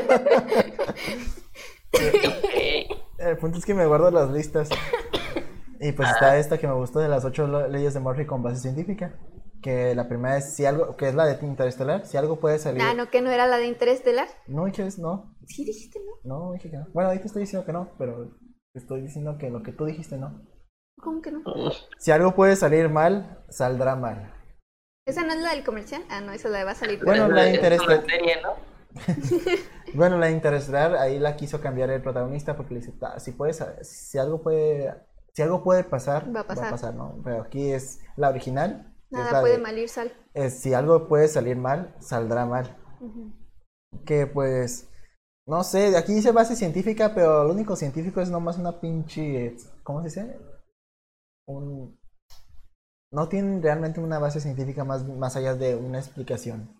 Ok. El punto es que me guardo las listas. Y pues está esta que me gustó de las ocho lo- leyes de Murphy con base científica. Que la primera es si algo, que es la de Interestelar, si algo puede salir. Ah, no, que no era la de Interestelar. No, dije no, Sí, dijiste, ¿no? no, dije que no. Bueno, ahorita estoy diciendo que no, pero estoy diciendo que lo que tú dijiste no. ¿Cómo que no? Si algo puede salir mal, saldrá mal. ¿Esa no es la del comercial? Ah, no, esa la va a salir. Bueno, Es- la es Interestelar. una serie, ¿no? Bueno, la Interestelar ahí la quiso cambiar el protagonista porque le dice, "Ah, si puedes, si algo puede, si algo puede pasar, Va a pasar. ¿no? Pero aquí es la original. que es Nada la puede de- mal ir sal. es, si algo puede salir mal, saldrá mal. Ujú. Que pues, no sé, aquí dice base científica, pero lo único científico es nomás una pinche, ¿cómo se dice? Un, no tienen realmente una base científica más, más allá de una explicación.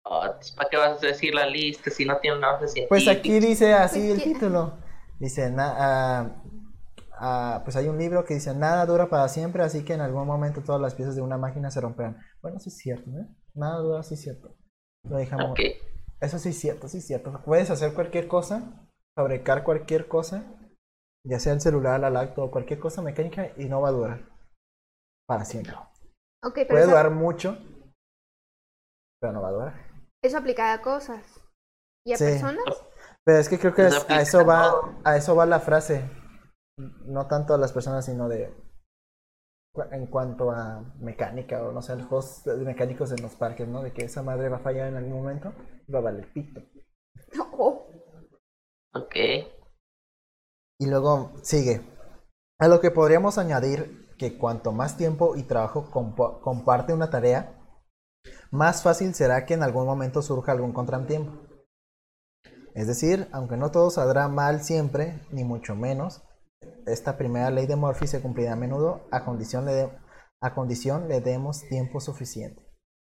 Oh, entonces, ¿para qué vas a decir la lista si no tiene nada de científico? Pues aquí dice así Pues el que- título. Dice, na- ah, ah, pues hay un libro que dice, nada dura para siempre, así que en algún momento todas las piezas de una máquina se romperán. Bueno, sí es cierto, ¿eh? Nada dura, sí es cierto. Lo dejamos. Ok. Eso sí es cierto, sí es cierto. Puedes hacer cualquier cosa, fabricar cualquier cosa, ya sea el celular, la laptop, cualquier cosa mecánica y no va a durar para siempre. Ok, pero Puede eso, durar mucho, pero no va a durar. eso aplica a cosas. ¿Y a Sí. personas? Pero es que creo que Eso es- a aplica eso a va, todo. a eso va la frase. No tanto a las personas, sino de cu- en cuanto a mecánica o no sé, los juegos de mecánicos en los parques, ¿no? De que esa madre va a fallar en algún momento y va a valer pito. Oh, Ok. Y luego sigue. A lo que podríamos añadir que cuanto más tiempo y trabajo compo- comparte una tarea, más fácil será que en algún momento surja algún contratiempo. Es decir, aunque no todo saldrá mal siempre, ni mucho menos, esta primera ley de Murphy se cumplirá a menudo a condición le, de- a condición le demos tiempo suficiente.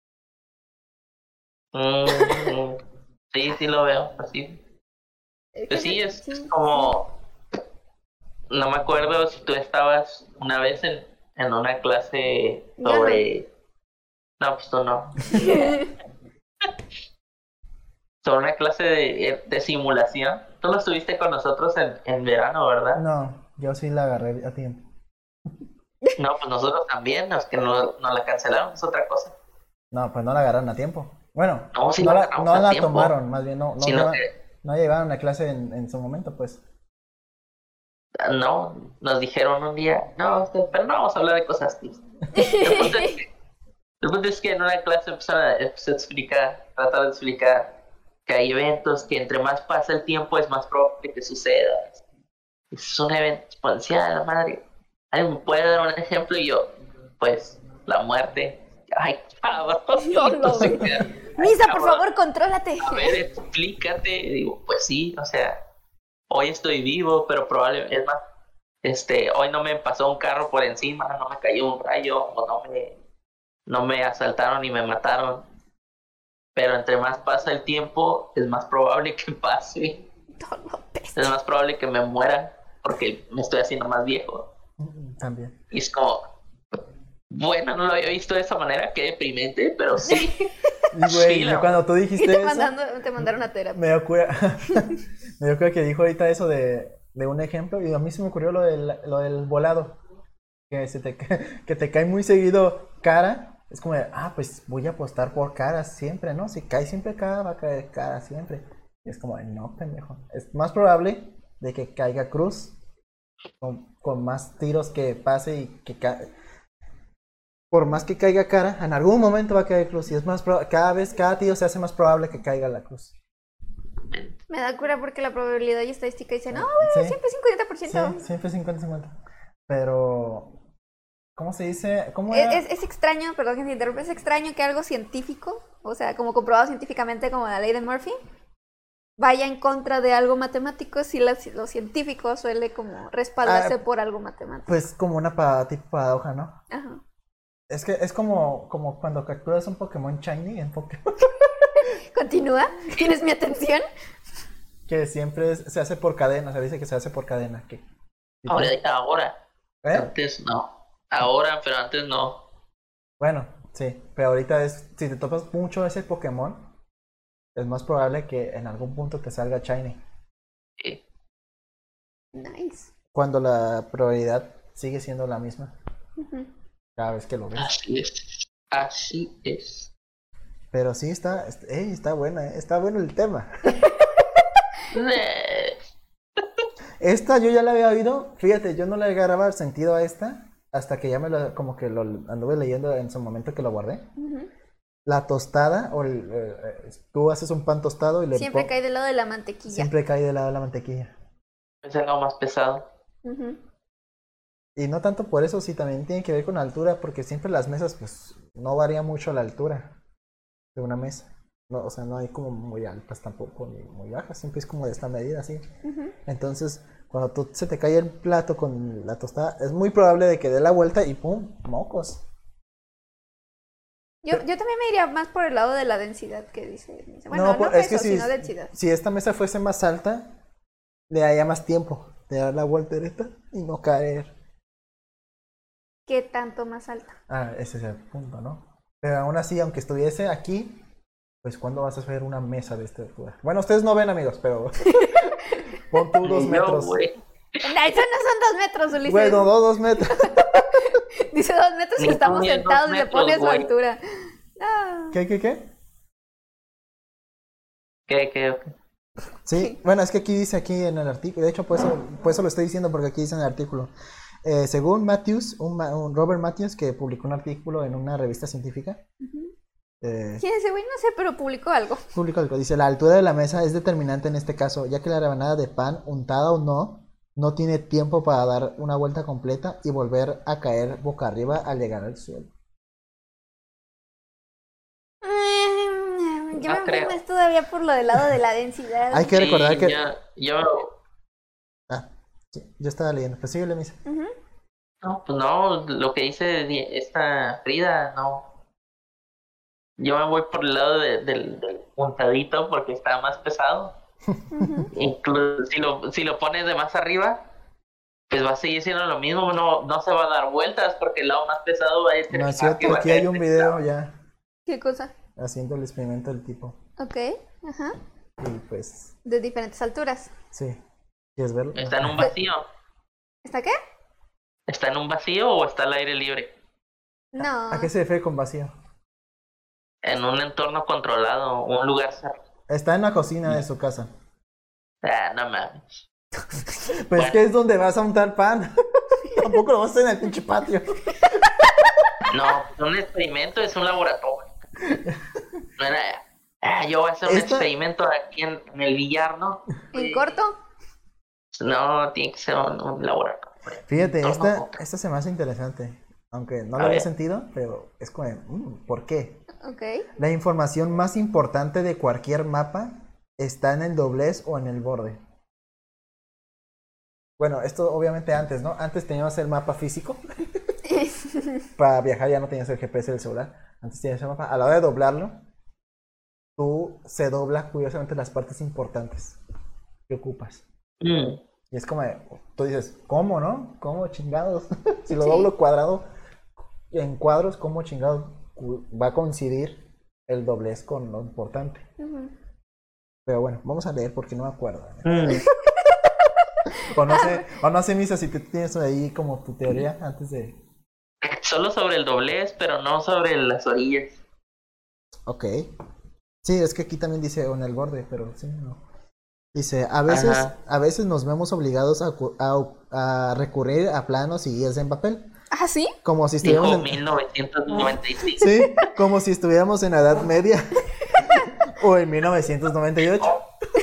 Mm, sí, sí lo veo, así. es que Pues sí, se- es, es sí, como, no me acuerdo si tú estabas una vez en, en una clase Yo no. sobre, no, pues tú no, sobre una clase de, de simulación. Tú lo estuviste con nosotros en, en verano, ¿verdad? No, yo sí la agarré a tiempo. No, pues nosotros también, los que no, no la cancelaron, es otra cosa. No, pues no la agarraron a tiempo. Bueno, No, sí no la la, agarramos no a la tiempo. tomaron, más bien no, no, Sino lleva- que, no llevaron la clase en, en su momento, pues. no, nos dijeron un día, no, pero no vamos a hablar de cosas tristes. El punto es que, el punto es que en una clase empezaron a, empezó a explicar, tratar de explicar que hay eventos que entre más pasa el tiempo es más probable que suceda. Es un evento exponencial, la madre. ¿Alguien me puede dar un ejemplo? Y yo, pues, la muerte. Ay, cabrón. No lo Entonces, veo. ay, Misa, por cabrón, favor, contrólate. a ver, explícate. Digo, pues sí, o sea, hoy estoy vivo, pero probablemente, es más, este, hoy no me pasó un carro por encima, no me cayó un rayo, o no me, no me asaltaron y me mataron. Pero entre más pasa el tiempo, es más probable que pase. No lo ves. Es más probable que me muera porque me estoy haciendo más viejo. También. Y es como, bueno, no lo había visto de esa manera, qué deprimente, pero sí. Y güey, Sí, la- yo cuando tú Y dijiste te, eso, mandando, te mandaron a terapia. me dio cura, me dio cura que dijo ahorita eso de, de un ejemplo y a mí se me ocurrió lo del, lo del volado. Que, se te, ca- que te cae muy seguido cara. Es como de, ah, pues voy a apostar por cara siempre, ¿no? Si cae siempre cara, va a caer cara siempre. Y es como, de, no, pendejo. Es más probable de que caiga cruz con, con más tiros que pase y que ca- por más que caiga cara, en algún momento va a caer cruz. Y es más proba- cada vez, cada tiro se hace más probable que caiga la cruz. Me da cura porque la probabilidad y estadística dicen, no, Sí, siempre cincuenta por ciento. sí, siempre cincuenta cincuenta. Pero, ¿cómo se dice? ¿Cómo Es, era? es, es extraño, perdón que te interrumpa, es extraño que algo científico, o sea, como comprobado científicamente como la ley de Murphy, vaya en contra de algo matemático si la- lo científico suele como respaldarse Ah, por algo matemático. Pues como una pa- tipo paradoja, ¿no? Ajá. Es que es como, como cuando capturas un Pokémon Shiny en Pokémon, Continúa, ¿tienes mi atención? que siempre es- se hace por cadena, se dice que se hace por cadena. Que, Ahora, ahora, ¿Eh? antes no. Ahora, pero antes no. Bueno, sí, pero ahorita es, si te topas mucho ese Pokémon, es más probable que en algún punto te salga Shiny. Sí. Nice. Cuando la probabilidad sigue siendo la misma Ujú. cada vez que lo ves. Así es. Así es. Pero sí está, est- ey, está buena, eh, está bueno el tema. Eh, Esta yo ya la había oído, fíjate, yo no le agarraba el sentido a esta hasta que ya me lo, como que lo anduve leyendo en su momento que lo guardé. Ujú. La tostada, o el, eh, eh, tú haces un pan tostado y le Siempre pon- cae del lado de la mantequilla. siempre cae del lado de la mantequilla. Es algo más pesado. Ujú. Y no tanto por eso, sí también tiene que ver con la altura, porque siempre las mesas, pues, no varía mucho la altura de una mesa. No, o sea, no hay como muy altas tampoco, ni muy bajas, siempre es como de esta medida, así. Ujú. Entonces, cuando tú, se te cae el plato con la tostada, es muy probable de que dé la vuelta y ¡pum! ¡Mocos! Yo, yo también me iría más por el lado de la densidad que dice. Bueno, No, no, pues, peso, es que si, sino densidad. si esta mesa fuese más alta, le daría más tiempo de dar la vuelta directa y no caer. ¿Qué tanto más alta? Ah, ese es el punto, ¿no? Pero aún así, aunque estuviese aquí, pues ¿cuándo vas a hacer una mesa de esta altura? Bueno, ustedes no ven, amigos, pero pon tú dos Yo, metros. güey. No, eso no son dos metros, Ulises. Bueno, dos, dos metros. Dice dos metros y Ni estamos tú ni en sentados dos y se pone a su metros, güey. altura. No. ¿Qué, qué, qué? ¿Qué, qué, qué? Sí, bueno, es que aquí dice aquí en el artículo, de hecho, por eso, por eso lo estoy diciendo, porque aquí dice en el artículo. Eh, según Matthews, un, ma- un Robert Matthews, que publicó un artículo en una revista científica, eh, ¿Quién es ese güey? No sé, pero publicó algo. publicó algo, dice, la altura de la mesa es determinante en este caso, ya que la rebanada de pan, untada o no, no tiene tiempo para dar una vuelta completa y volver a caer boca arriba al llegar al suelo. Mm, Yo No me creo. voy más todavía por lo del lado de la densidad. Hay que recordar Sí, que... Yo, yo, Ah, sí, yo estaba leyendo, pues síguele, Misa. Ujú. no, pues no, lo que dice di- esta Frida, no. Yo me voy por el lado de- del, del puntadito porque está más pesado. Ujú. Incluso si lo, si lo pones de más arriba, pues va a seguir siendo lo mismo, no, no se va a dar vueltas porque el lado más pesado va a ser No es cierto, aquí hay un video ya ¿Qué cosa? haciendo el experimento del tipo. Ok, ajá. Y pues, De diferentes alturas. sí. ¿Quieres verlo? Está en un vacío. ¿Está qué? ¿Está en un vacío o está al aire libre? No. ¿A qué se refiere con vacío? En un entorno controlado, un lugar cerrado. Está en la cocina de su casa. Ah, no mames. Pues Bueno. es que es donde vas a untar pan. Tampoco lo vas a hacer en el pinche patio. No, un experimento es un laboratorio. No era, ah, yo voy a hacer un Esta- experimento aquí en, en el billar, ¿no? ¿En corto? No, tiene que ser un, un laboratorio. Fíjate, No, esta, no. esta se me hace interesante. Aunque no A lo había ver. sentido, pero es como, mm, ¿por qué? Ok. La información más importante de cualquier mapa está en el doblez o en el borde. Bueno, esto obviamente antes, ¿no? Antes teníamos el mapa físico. Para viajar ya no tenías el G P S del celular. Antes tenías el mapa. A la hora de doblarlo, tú se dobla curiosamente las partes importantes que ocupas. Mm. Y es como, de- tú dices, ¿cómo, no? ¿Cómo chingados? Si lo Sí. doblo cuadrado en cuadros, ¿cómo chingados cu- va a coincidir el doblez con lo importante? Ujú. Pero bueno, vamos a leer porque no me acuerdo. Mm. O no sé, o no sé, Misa, si tú tienes ahí como tu teoría antes de... Solo sobre el doblez, pero no sobre las orillas. Ok. Sí, es que aquí también dice o en el borde, pero sí, no. Dice, a veces, Ajá. a veces nos vemos obligados a, cu- a- a recurrir a planos y guías en papel. ¿Ah, sí? Como si Dijo estuviéramos en... mil novecientos noventa y seis. Sí, como si estuviéramos en la Edad Media. O en mil novecientos noventa y ocho.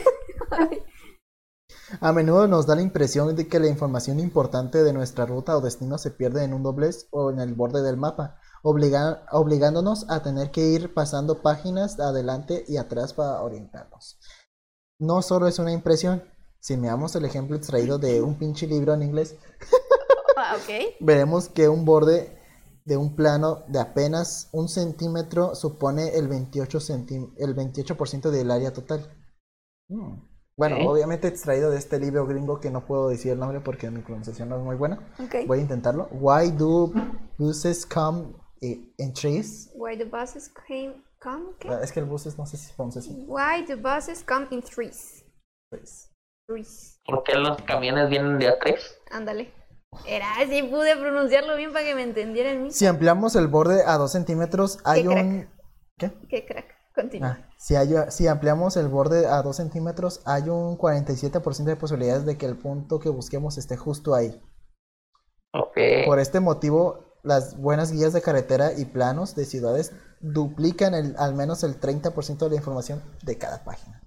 A menudo nos da la impresión de que la información importante de nuestra ruta o destino se pierde en un doblez o en el borde del mapa, obliga- obligándonos a tener que ir pasando páginas adelante y atrás para orientarnos. No solo es una impresión, si miramos el ejemplo extraído de un pinche libro en inglés, Ah, ok. veremos que un borde de un plano de apenas un centímetro supone el veintiocho, centí- el veintiocho por ciento del área total. Mm. Bueno, Ok. obviamente extraído de este libro gringo que no puedo decir el nombre porque mi pronunciación no es muy buena. Ok. Voy a intentarlo. Why do buses come i- in trees? Why the buses came, come? ¿Qué? Ah, Es que el buses no sé si se pronuncia así. Why the buses come in threes. Pues, Threes. ¿Por qué los camiones vienen de a tres? Ándale. Era así, pude pronunciarlo bien para que me entendieran mis. Si ampliamos el borde a dos centímetros, hay Qué un... ¿Qué? Qué crack. Continúa. Ah, si, hay- si ampliamos el borde a dos centímetros, hay un cuarenta y siete por ciento de posibilidades de que el punto que busquemos esté justo ahí. Ok. Por este motivo, las buenas guías de carretera y planos de ciudades duplican el, al menos el treinta por ciento de la información de cada página.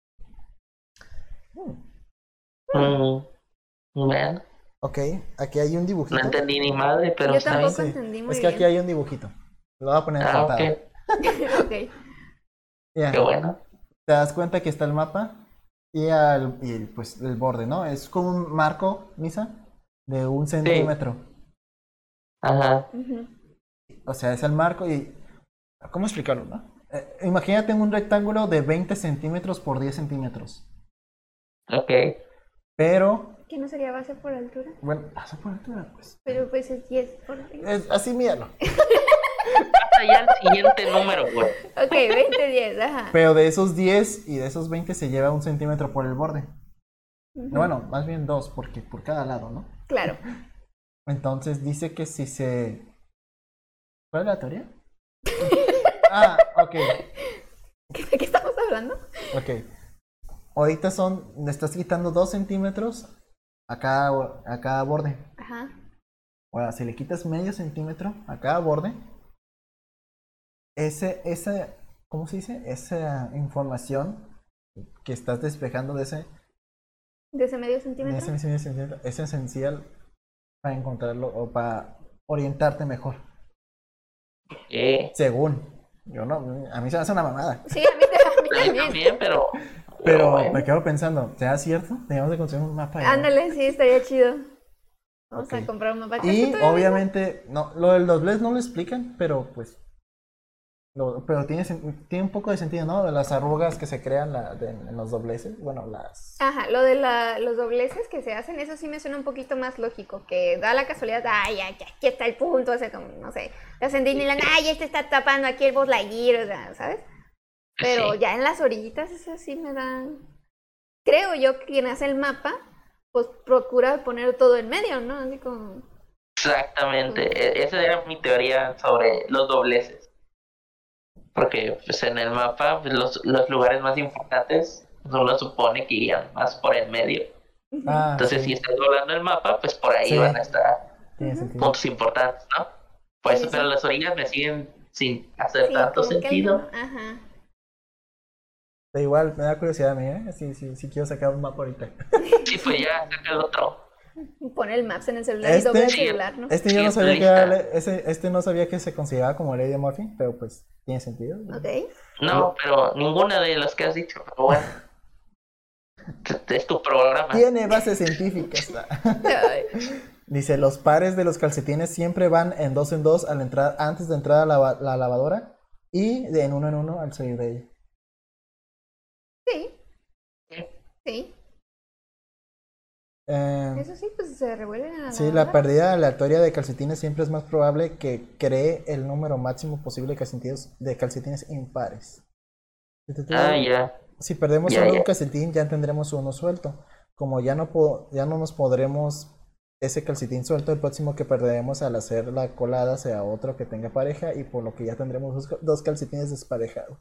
Mm. Bueno, Ok, aquí hay un no dibujito. entendí ni madre, pero Yo está bien. tampoco entendí muy Es que aquí bien. hay un dibujito. Lo voy a poner en Ah, portada. ok. Ok. Ya. Qué bueno. Te das cuenta que está el mapa y, al, y el, pues, el borde, ¿no? Es como un marco, Misa, de un centímetro. Ajá. Ujú. O sea, es el marco y ¿Cómo explicarlo, no? Eh, imagínate un rectángulo de veinte centímetros por diez centímetros. Ok. Pero, ¿Que no sería base por altura? bueno, paso por altura, pues. Pero pues es diez por arriba. Es, así míralo. Pasa ya al siguiente número, güey. Ok, veinte, diez, ajá. Pero de esos diez y de esos veinte se lleva un centímetro por el borde. Ujú. Bueno, más bien dos, porque por cada lado, ¿no? Claro. Entonces dice que si se... ¿Cuál es la teoría? Ah, ok, ¿De qué estamos hablando? ok. Ahorita son, le estás quitando dos centímetros a cada, a cada borde. Ajá. Ahora, si le quitas medio centímetro a cada borde, ese, ese, ¿cómo se dice? Esa información que estás despejando de ese, ¿De ese medio de centímetro? ese medio centímetro es esencial para encontrarlo o para orientarte mejor. Eh, Según. Yo no, a mí se me hace una mamada. Sí, a mí, a mí a mí también. también, pero. Pero bueno. me quedo pensando, ¿será cierto? Teníamos que conseguir un mapa. ¿no? Ándale, sí, estaría chido. Vamos Ok. a comprar un mapa. Y ¿Crees que todavía obviamente, no, lo del doblez no lo explican, pero pues. Lo, pero tiene, sen- tiene un poco de sentido, ¿no? Las arrugas que se crean la- de- en los dobleces. Bueno, las. Ajá, lo de la, los dobleces que se hacen, eso sí me suena un poquito más lógico, que da la casualidad, ay, ay, aquí está el punto, o sea, como, no sé, te hacen Disneyland, ay, este está tapando aquí el Buzz Lightyear, o sea, ¿sabes? Pero Sí. ya en las orillitas, eso sí me da... Creo yo que quien hace el mapa, pues procura poner todo en medio, ¿no? Así como... Exactamente. E- Esa era mi teoría sobre los dobleces. Porque pues, en el mapa pues, los, los lugares más importantes uno supone que irían más por el medio. Ah, Entonces, sí, si estás doblando el mapa, pues por ahí Sí. van a estar tiene Ujú. sentido. puntos importantes, ¿no? Por Sí, eso, sí. pero las orillas me siguen sin hacer Sí, tanto como que sentido. no, ajá. Pero igual, me da curiosidad a mí, ¿eh? Sí, sí, sí quiero sacar un mapa ahorita. Sí, pues ya saca el otro. Pone el Maps en el celular Este- y dobla el Sí. celular, ¿no? Este yo no Sí, sabía que lista. era, le- ese, este no sabía que se consideraba como ley de Murphy, pero pues tiene sentido. Ok. No, pero ninguna de las que has dicho, pero bueno. Es tu programa. Tiene bases científicas. Ay. Dice, los pares de los calcetines siempre van en dos en dos al entrar, antes de entrar a la, lava- la lavadora y de en uno en uno al salir de ella. Sí, sí. Eh, Eso sí, pues se revuelven a la sí, la lavadora. pérdida aleatoria de calcetines siempre es más probable que cree el número máximo posible de calcetines, de calcetines impares. Ah, ya. Si perdemos Ya, solo ya. un calcetín, ya tendremos uno suelto. Como ya no, po- ya no nos podremos ese calcetín suelto, el próximo que perderemos al hacer la colada será otro que tenga pareja y por lo que ya tendremos dos, ca- dos calcetines desparejados.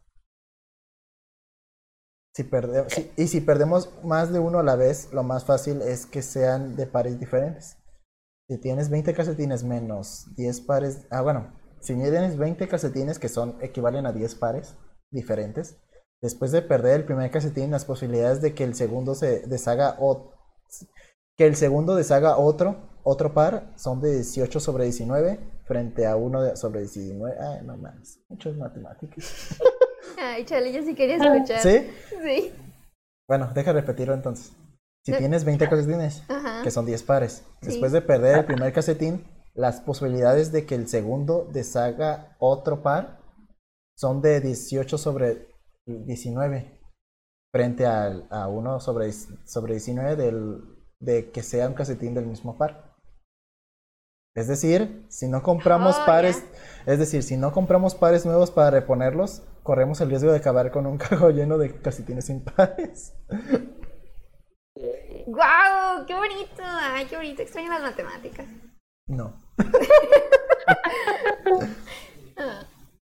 Si perde- si- y si perdemos más de uno a la vez, lo más fácil es que sean de pares diferentes. Si tienes veinte calcetines menos diez pares, ah bueno, si tienes veinte calcetines que son equivalen a diez pares diferentes, después de perder el primer calcetín, las posibilidades de que el segundo se deshaga o que el segundo deshaga otro otro par son de dieciocho sobre diecinueve frente a uno de- sobre diecinueve. Ay, no mames, muchas matemáticas. Ay, chale, yo sí quería escuchar. ¿Sí? Sí. Bueno, deja repetirlo entonces. Si Sí. tienes veinte calcetines, Ajá. que son diez pares, Sí. después de perder el primer calcetín, las posibilidades de que el segundo deshaga otro par son de dieciocho sobre diecinueve frente al- a uno sobre, sobre diecinueve del, de que sea un calcetín del mismo par. Es decir, si no compramos Oh, pares, es decir, si no compramos pares nuevos para reponerlos, corremos el riesgo de acabar con un cajón lleno de calcetines impares. ¡Guau! ¡Qué bonito! ¡Ay, qué bonito! Extraño las matemáticas. No. Ah.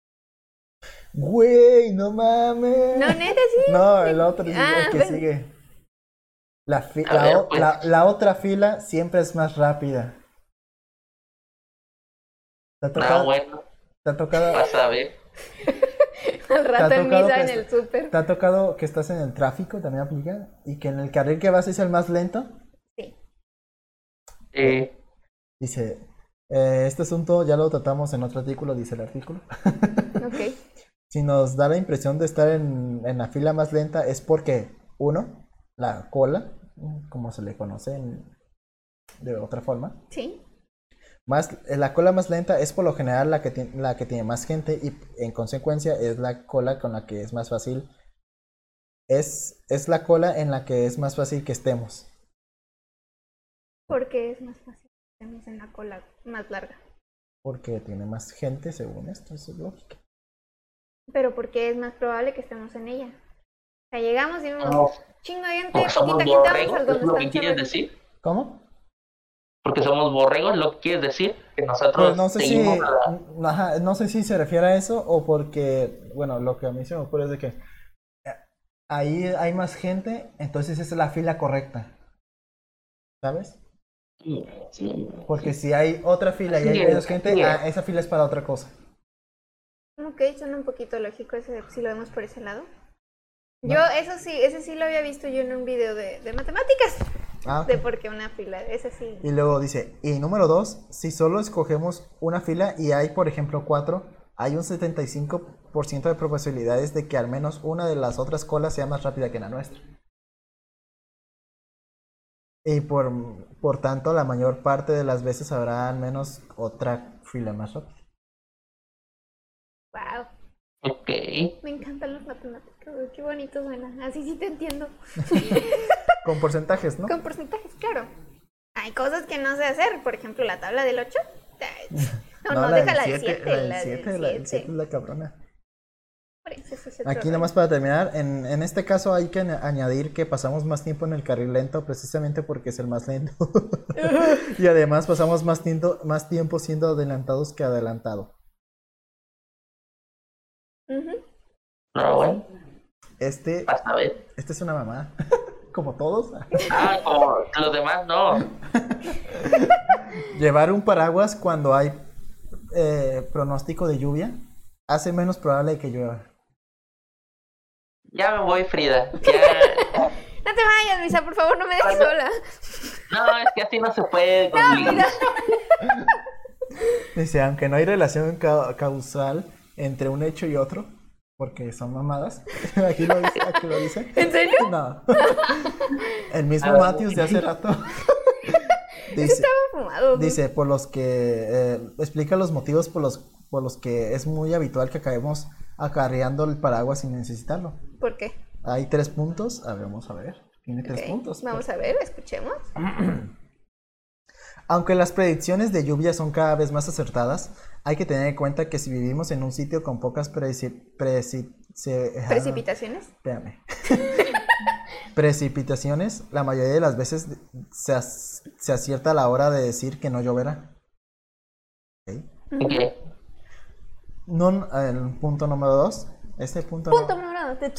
Güey, no mames. No, neta, sí. No, el otro, sí, Ah, el que ven. sigue. La, fi- A la, ver, o- pues. la- la otra fila siempre es más rápida. ¿Te ha Ah, tocado? bueno, ¿Te ha tocado? vas a ver. Al rato en tocado misa que en est- el súper. ¿Te ha tocado que estás en el tráfico, también aplica? Y que en el carril que vas es el más lento. Sí. Eh, Dice, eh, este asunto ya lo tratamos en otro artículo, dice el artículo. Ok. Si nos da la impresión de estar en, en la fila más lenta es porque, uno, la cola, como se le conoce en- de otra forma, Sí. Más, la cola más lenta es por lo general la que, ti- la que tiene más gente y en consecuencia es la cola con la que es más fácil. Es, es la cola en la que es más fácil que estemos. Porque es más fácil que estemos en la cola más larga. Porque tiene más gente, según esto, eso es lógica. Pero porque es más probable que estemos en ella. O sea, llegamos y vemos No. chingo de gente, Porque somos poquita gente, vamos borregos, al es donde lo están que quieres chorros. decir. ¿Cómo? Porque somos borregos, lo que quieres decir. Que nosotros Pues no sé si, seguimos a la- n- ajá, no sé si se refiere a eso o porque, bueno, lo que a mí se me ocurre es de que eh, ahí hay más gente, entonces esa es la fila correcta. ¿Sabes? Sí. Porque si hay otra fila y Así hay es, menos gente, así es. ah, esa fila es para otra cosa. Ok, suena un poquito lógico ese, si lo vemos por ese lado. ¿No? Yo, eso sí, ese sí lo había visto yo en un video de, de matemáticas. Ah, ok. De por qué una fila, ese sí. Y luego dice, y número dos, si solo escogemos una fila y hay, por ejemplo, cuatro, hay un setenta y cinco por ciento de probabilidades de que al menos una de las otras colas sea más rápida que la nuestra. Y por, por tanto, la mayor parte de las veces habrá al menos otra fila más rápida. Wow, Ok. me encantan las matemáticas, güey, qué bonito suena. Así sí te entiendo. Con porcentajes, ¿no? Con porcentajes, claro. Hay cosas que no sé hacer, por ejemplo, la tabla del ocho. No, no, la del déjala del siete, siete, la del la siete, del la del siete siete. es la cabrona. Por eso ese es otro Aquí rollo. nomás para terminar, en, en este caso hay que añ- añadir que pasamos más tiempo en el carril lento precisamente porque es el más lento. Y además pasamos más tiempo, más tiempo siendo adelantados que adelantado. Ujú. No, bueno, Este, hasta ver. este es una mamá. Como todos. Ah, como los demás no. Llevar un paraguas cuando hay eh, pronóstico de lluvia hace menos probable que llueva. Ya me voy, Frida. Ya. No te vayas, Misa, por favor, no me dejes Cuando- sola. No, es que así no se puede conmigo. Mira. Dice, aunque no hay relación ca- causal entre un hecho y otro, porque son mamadas. Aquí lo dice. Aquí lo dice. ¿En serio? No. El mismo A ver, Matthews de hace rato. Dice, Estaba fumado. güey. dice, por los que eh, explica los motivos por los, por los que es muy habitual que acabemos acarreando el paraguas sin necesitarlo. ¿Por qué? Hay tres puntos. A ver, vamos a ver. Tiene tres Ok, puntos. Vamos a ver, escuchemos. Aunque las predicciones de lluvia son cada vez más acertadas, hay que tener en cuenta que si vivimos en un sitio con pocas preci- preci- se- ah, ¿Precipitaciones? espérame. Precipitaciones, la mayoría de las veces se, ac- se acierta a la hora de decir que no lloverá. Ok. Ok. No, el punto número dos. Este punto, Punto no- número dos.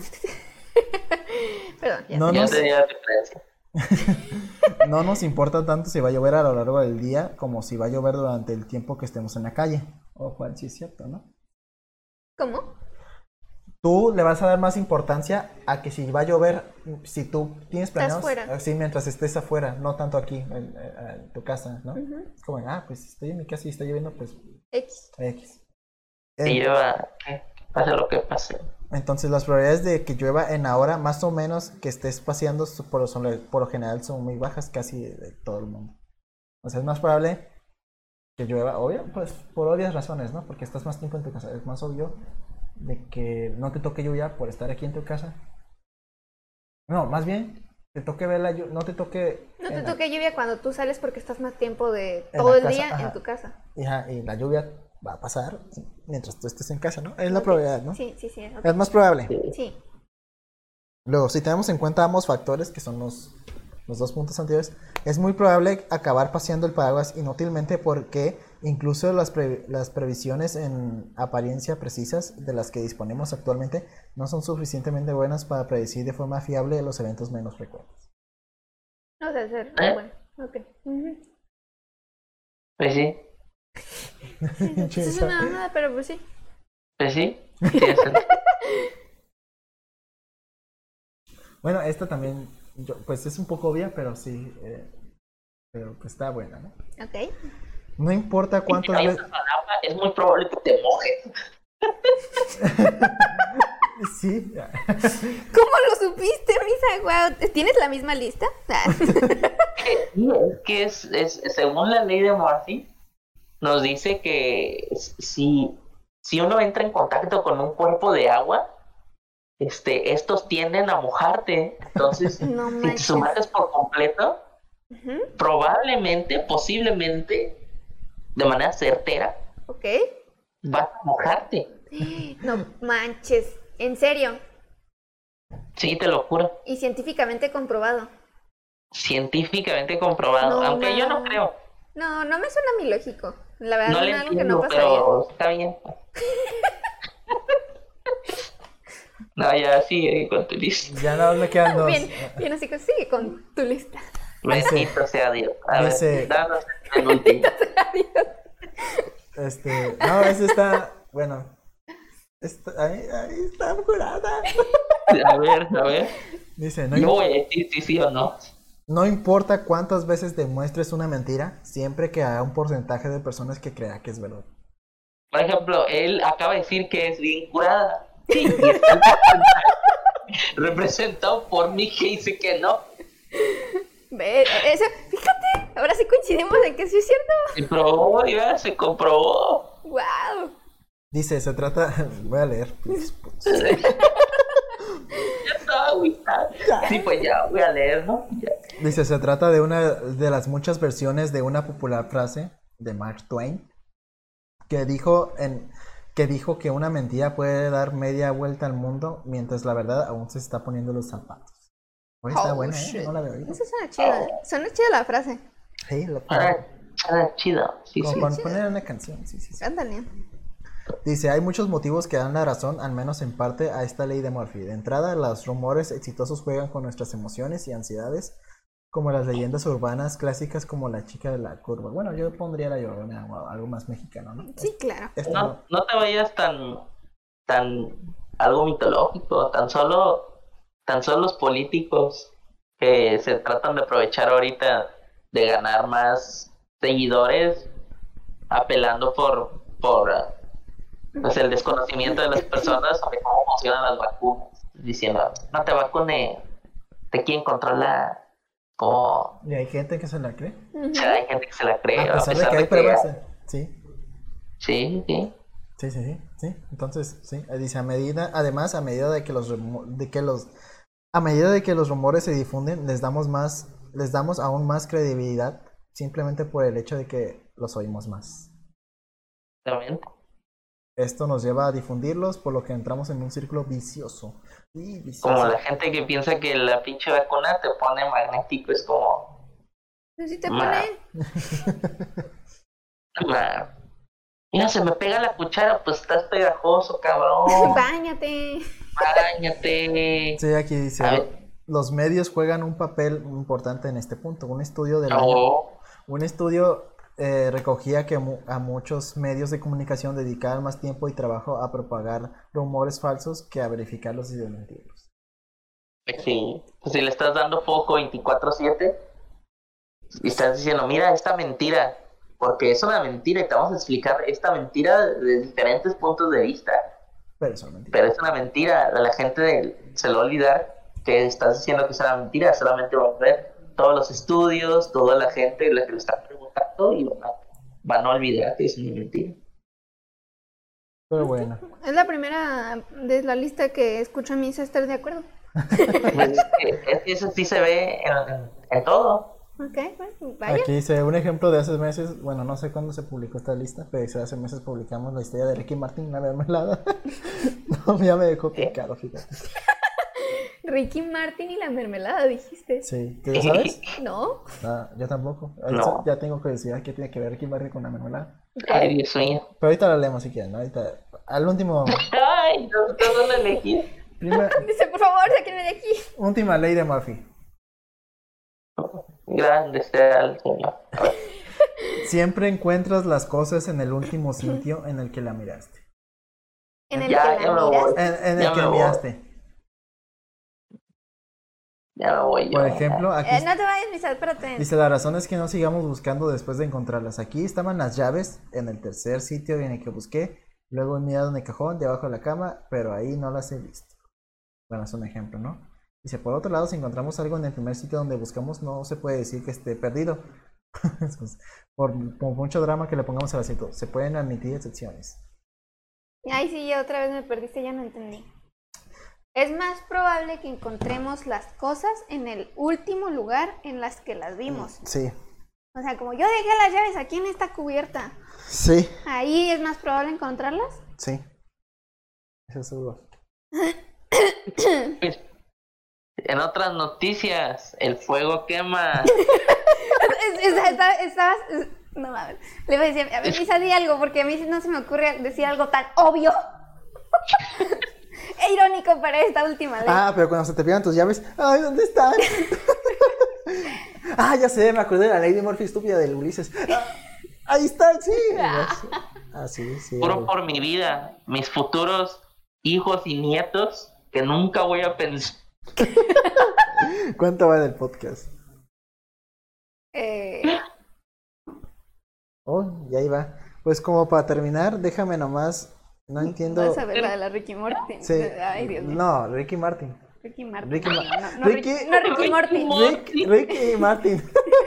Perdón, ya No, sé. Ya nos- tenía la referencia. no nos importa tanto si va a llover a lo largo del día como si va a llover durante el tiempo que estemos en la calle. Oh, Juan, sí es cierto, ¿no? ¿Cómo? Tú le vas a dar más importancia a que si va a llover, si tú tienes Estás planeado fuera. así mientras estés afuera, no tanto aquí en, en- en tu casa, ¿no? Ujú. Es como, ah, pues estoy en mi casa y está lloviendo, pues X. X. Se En- lleva. ¿Qué? Pase lo que pase. Entonces las probabilidades de que llueva en la hora más o menos que estés paseando su- por lo, sole- por lo general son muy bajas casi de todo el mundo. O sea, es más probable que llueva, obvio, pues por obvias razones, ¿no? Porque estás más tiempo en tu casa. Es más obvio de que no te toque lluvia por estar aquí en tu casa. No, más bien, te toque ver la lluvia, no te toque... No te en la- toque lluvia cuando tú sales porque estás más tiempo de En todo la el casa, día ajá. en tu casa. y, ajá, y la lluvia va a pasar mientras tú estés en casa, ¿no? Es la probabilidad, ¿no? Sí, sí, sí. ok. Es más probable. Sí. Luego, si tenemos en cuenta ambos factores, que son los, los dos puntos anteriores, es muy probable acabar paseando el paraguas inútilmente porque incluso las, pre- las previsiones en apariencia precisas de las que disponemos actualmente no son suficientemente buenas para predecir de forma fiable los eventos menos frecuentes. No sé hacer. ¿Eh? Bueno, ok. Ujú. Pues sí. Es una mamada, pero pues sí. Pues sí. Tiene sentido. Bueno, esta también, yo- pues es un poco obvia, pero sí, eh, pero pues está buena, ¿no? Ok. No importa cuántas Si veces... caes al agua, es muy probable que te mojes. Sí, ¿Cómo lo supiste, Misa? Wow. ¿Tienes la misma lista? Ah. Sí, es que es, es, según la ley de Murphy, nos dice que si, si uno entra en contacto con un cuerpo de agua, este, estos tienden a mojarte. Entonces, No si te manches. sumerges por completo, Ujú, probablemente, posiblemente, de manera certera, ok. vas a mojarte. No manches. En serio. Sí, te lo juro. Y científicamente comprobado. Científicamente comprobado. No, Aunque yo no ma. creo. No, no me suena a mi lógico. La verdad No le suena algo que no entiendo, pasaría. pero está bien. No, ya sigue con tu lista. Ya no le quedan dos. Bien, bien, así que sigue con tu lista. Bendito sea Dios. A dice- ver, danos el último. Adiós. Este, no, ese está, bueno, está, ahí, ahí está jurada. A ver, a ver. Dice, no, Yo im- voy a decir si sí o no. no importa cuántas veces demuestres una mentira, siempre que haya un porcentaje de personas que crea que es verdad. Por ejemplo, él acaba de decir que es bien curada. Sí, y está representado por mí que dice que no. Ve, eso, fíjate, ahora sí coincidimos en que sí es cierto. Se probó, ya se comprobó. Wow. Dice, se trata, voy a leer. Pues, pues. Ya está, güey. está. Sí, pues ya voy a leer, ¿no? Ya. Dice, se trata de una de las muchas versiones de una popular frase de Mark Twain que dijo en que dijo que una mentira puede dar media vuelta al mundo mientras la verdad aún se está poniendo los zapatos. Oye, está Oh, buena, ¿eh? shit. No la había oído. Eso suena chido, ¿eh? Suena chida la frase. Sí, lo Ah, ah, chido. Sí, como sí. para poner una canción, sí, sí, sí. Ándale. Dice, hay muchos motivos que dan la razón, al menos en parte, a esta ley de Murphy. De entrada, los rumores exitosos juegan con nuestras emociones y ansiedades, como las leyendas urbanas clásicas como la chica de la curva. Bueno, yo pondría la Llorona o algo más mexicano, ¿no? Sí, claro. Esto No, no. no te vayas tan, tan algo mitológico, tan solo, tan solo los políticos que se tratan de aprovechar ahorita de ganar más seguidores, apelando por, por ah, pues el desconocimiento de las personas sobre cómo funcionan las vacunas, diciendo, no te vacunes, te quieren controlar. Como, Y hay gente que se la cree. Ujú. o sea, hay gente que se la cree, A pesar de que hay pruebas. eh, Sí. Sí, sí. Sí, sí, sí, sí. Entonces, sí, eh, dice a medida, además, a medida de que los rumo- de que los a medida de que los rumores se difunden, les damos más, les damos aún más credibilidad, simplemente por el hecho de que los oímos más. Exactamente. Esto nos lleva a difundirlos, por lo que entramos en un círculo vicioso. Sí, vicioso. Como la gente que piensa que la pinche vacuna te pone magnético, es como, Pero sí te Ma. pone. "Ma, mira, se me pega la cuchara, pues estás pegajoso, cabrón, Báñate. báñate". Sí, aquí dice, A ver. los medios juegan un papel importante en este punto. Un estudio del año, No, un estudio eh, recogía que mu- a muchos medios de comunicación dedicaban más tiempo y trabajo a propagar rumores falsos que a verificarlos y desmentirlos. pues sí, pues si le estás dando foco veinticuatro siete y estás diciendo, mira, esta mentira, porque es una mentira y te vamos a explicar esta mentira de diferentes puntos de vista, Pero eso es mentira. pero es una mentira, a la gente de- se le va a olvidar que estás diciendo que es una mentira, solamente va a ver todos los estudios, toda la gente la que le está preguntando y van a, van a olvidar que es una mentira. Pero bueno. Es la primera de la lista que escucho a mí estar de acuerdo. Pues es, que, es que eso sí se ve en, en todo. Ok, bueno, vaya. Aquí dice un ejemplo de hace meses, bueno, no sé cuándo se publicó esta lista, pero dice, hace meses publicamos la historia de Ricky Martin, la mermelada. No, ya me dejó picado, fíjate. Ricky Martin y la mermelada, dijiste. Sí, ¿tú ya sabes? ¿No? Ah, yo tampoco. No. Ya tengo curiosidad qué tiene que ver Ricky Martin con la mermelada. Ay, Dios mío. Pero ahorita la leemos si quieren, ¿no? Ahorita, al último, Ay, no sé dónde elegir. prima- Dice, por favor, sáquenme de aquí. última ley de Murphy. Grande sea el Señor. Siempre encuentras las cosas en el último sitio en el que la miraste. En el Ya, que ya me la voy. miras. En, en el Ya que me voy. miraste. Ya me voy yo. Por ejemplo, aquí Eh, no te vayas, Misa, espérate. dice, la razón es que no sigamos buscando después de encontrarlas. Aquí estaban las llaves en el tercer sitio en el que busqué. Luego he mirado en el cajón, debajo de la cama, pero ahí no las he visto. Bueno, es un ejemplo, ¿no? Dice, por otro lado, si encontramos algo en el primer sitio donde buscamos, no se puede decir que esté perdido. Por, por mucho drama que le pongamos al acento, se pueden admitir excepciones. Ay, sí, ya otra vez me perdiste, ya no entendí. Es más probable que encontremos las cosas en el último lugar en las que las vimos. Sí. O sea, como yo dejé las llaves aquí en esta cubierta. Sí. Ahí es más probable encontrarlas. Sí. Eso es seguro. En otras noticias, el fuego quema. Estabas, estabas, no mames, le voy a decir, a ver, Misa, di algo, porque a mí no se me ocurre decir algo tan obvio e irónico para esta última ley. Ah, pero cuando se te pierdan tus llaves, ay, ¿dónde están? Ah, ya sé, me acordé de la ley de Murphy estúpida del Ulises. Ah, ahí están, sí. Ah, sí, sí. Juro por mi vida, mis futuros hijos y nietos, que nunca voy a pensar. ¿Cuánto va del podcast? Eh... Oh, ya iba. Pues como para terminar, déjame nomás. No entiendo. ¿Vas a ver la de la Ricky Martin? Sí. Ay, Dios mío. No, Ricky Martin. Ricky Martin. Ricky Ma- no, no, Ricky- Ricky, no, Ricky Martin. Rick, Ricky Martin.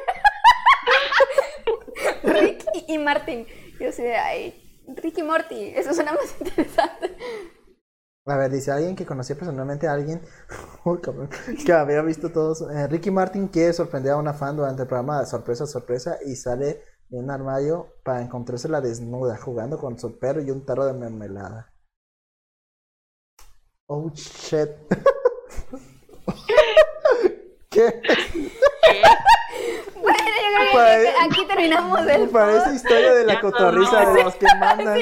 Ricky y Martin. Yo sé, ay, Ricky Morty, eso suena más interesante. A ver, dice alguien que conocía personalmente a alguien uy, cabrón, que había visto todos. Eh, Ricky Martin quiere sorprender a una fan durante el programa de Sorpresa, Sorpresa y sale de un armario para encontrársela desnuda, jugando con su perro y un tarro de mermelada. Oh shit. ¿Qué? Bueno, yo creo que Pare- aquí terminamos el Parece historia de la Ya no, cotorriza no. de los que mandan.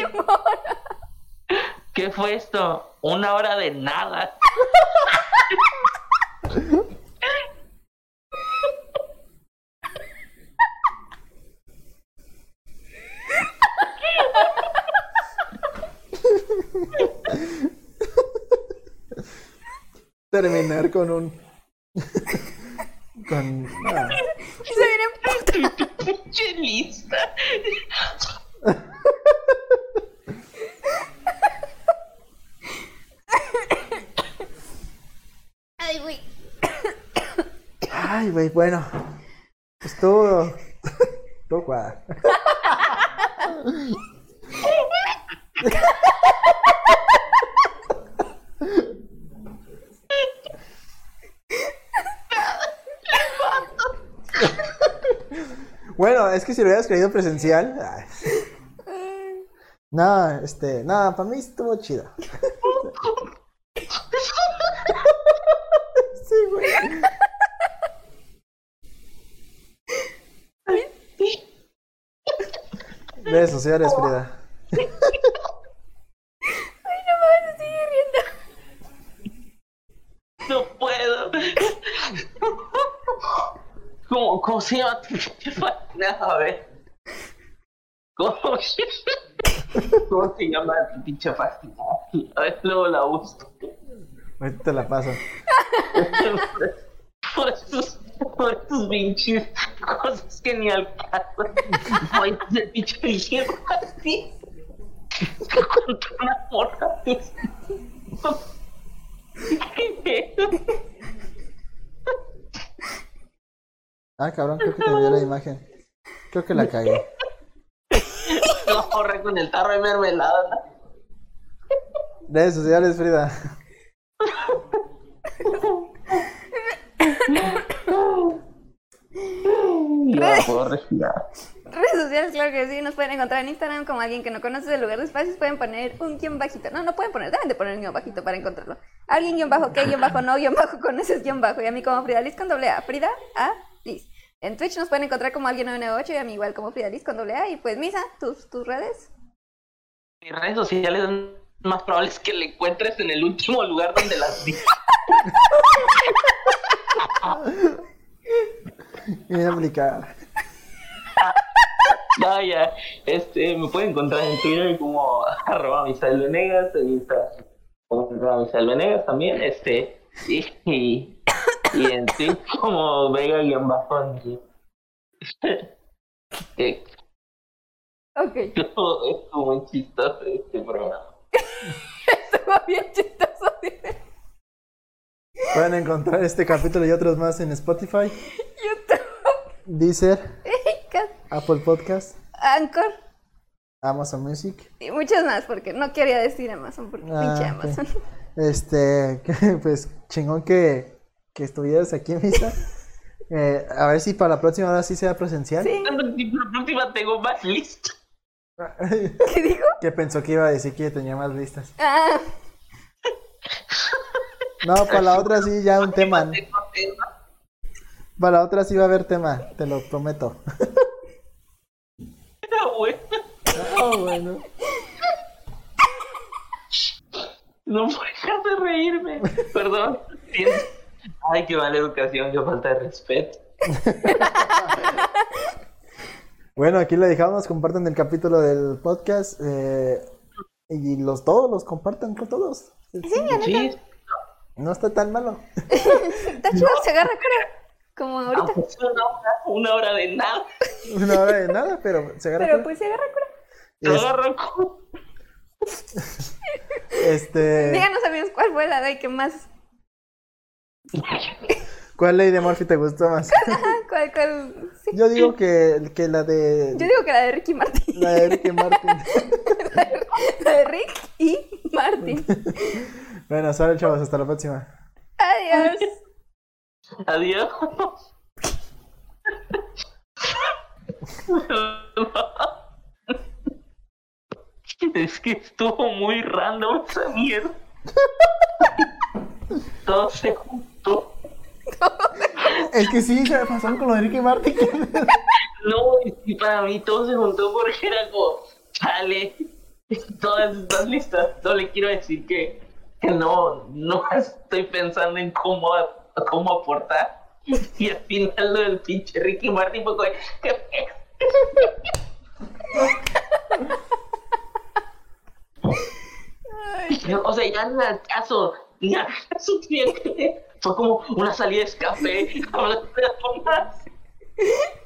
¿Qué fue esto? Una hora de nada. Terminar con un. con. ah. Se viene puta. Pinche lista. Ay, güey. Ay, güey, bueno. Pues todo. Todo cuadra. Bueno, es que si lo hubieras creído presencial. Ay. No, este, no, para mí estuvo chido. Sí, güey. Redes sociales, Frida. Ay, no mames, sigue riendo. No puedo. ¿Cómo, cómo se llama tu pinche página? A ver. ¿Cómo, ¿Cómo se llama tu pinche página? A ver, luego la busco. Ahorita te la paso. Por estos, por estos pinches cosas que ni al caso. Voy a hacer pinche dije así. Contra una morra. ¿Qué es eso? Ah, cabrón, creo que te dio la imagen. Creo que la cagué. La morra con el tarro de mermelada. Redes sociales, Frida. Ya no puedo respirar. Redes sociales, claro que sí, nos pueden encontrar en Instagram como alguien que no conoce del lugar de espacios, pueden poner un guión bajito, no, no pueden poner, deben de poner un guión bajito para encontrarlo. Alguien guión bajo, que guión bajo, no guión bajo, conoces guión bajo, y a mí como Frida Liz con doble A, Frida A Liz. En Twitch nos pueden encontrar como alguien nueve nueve ocho y a mí igual como Frida Liz con doble A, y pues Misa, tus, tus redes. Mis redes sociales son más probables que le encuentres en el último lugar donde las vi. Bien aplicada. Vaya, este, me pueden encontrar en Twitter como arroba Misael Venegas, en Instagram como arroba Misael Venegas también, este, y, y, y en Twitch como Vega-bajo. Eh, Ok, todo estuvo muy chistoso este programa. estuvo bien chistoso. Pueden encontrar este capítulo y otros más en Spotify, YouTube. Deezer, Ey, Apple Podcast, Anchor Amazon Music. y muchas más, porque no quería decir Amazon, porque Ah, pinche ok. Amazon. Este, que, pues chingón que, que estuvieras aquí, Misa. Eh, a ver si para la próxima ahora sí sea presencial. Sí. La próxima tengo más lista. ¿Qué dijo? Que pensó que iba a decir que tenía más listas. Ah, No, para la otra sí ya un tema. Tengo tema. Para la otra sí va a haber tema, te lo prometo. Era bueno. Ah, bueno. No puedo dejar de reírme. Perdón. Tienes- Ay, qué mala educación, qué falta de respeto. Bueno, aquí le dejamos, compartan el capítulo del podcast eh, y los todos los compartan con todos. Sí, No está tan malo. está chido, se agarra cura. Como ahorita. aunque sea una hora, una hora de nada. Una hora de nada, pero se agarra. Pero cura. pues se agarra cura. Te Es- agarro con- este, Díganos, amigos, ¿cuál fue la ley que más? ¿cuál ley de Murphy te gustó más? ¿Cuál, cuál? Sí. Yo digo que, que la de Yo digo que la de Ricky Martin. la de Ricky Martin. La de Rick y Martin. Bueno, sale chavos, hasta la próxima. Adiós. Adiós. Es que estuvo muy random esa mierda. Todo se juntó. Es que sí, se me pasó con lo de Ricky Martin. No, y para mí todo se juntó porque era como, chale, todas estas listas. No le quiero decir que, que no, no estoy pensando en cómo, cómo aportar. Y al final lo del pinche Ricky Martin fue como, ¿qué? O sea, ya ni al caso, ni al caso tenía que- fue como una salida de escape, hablando de las formas.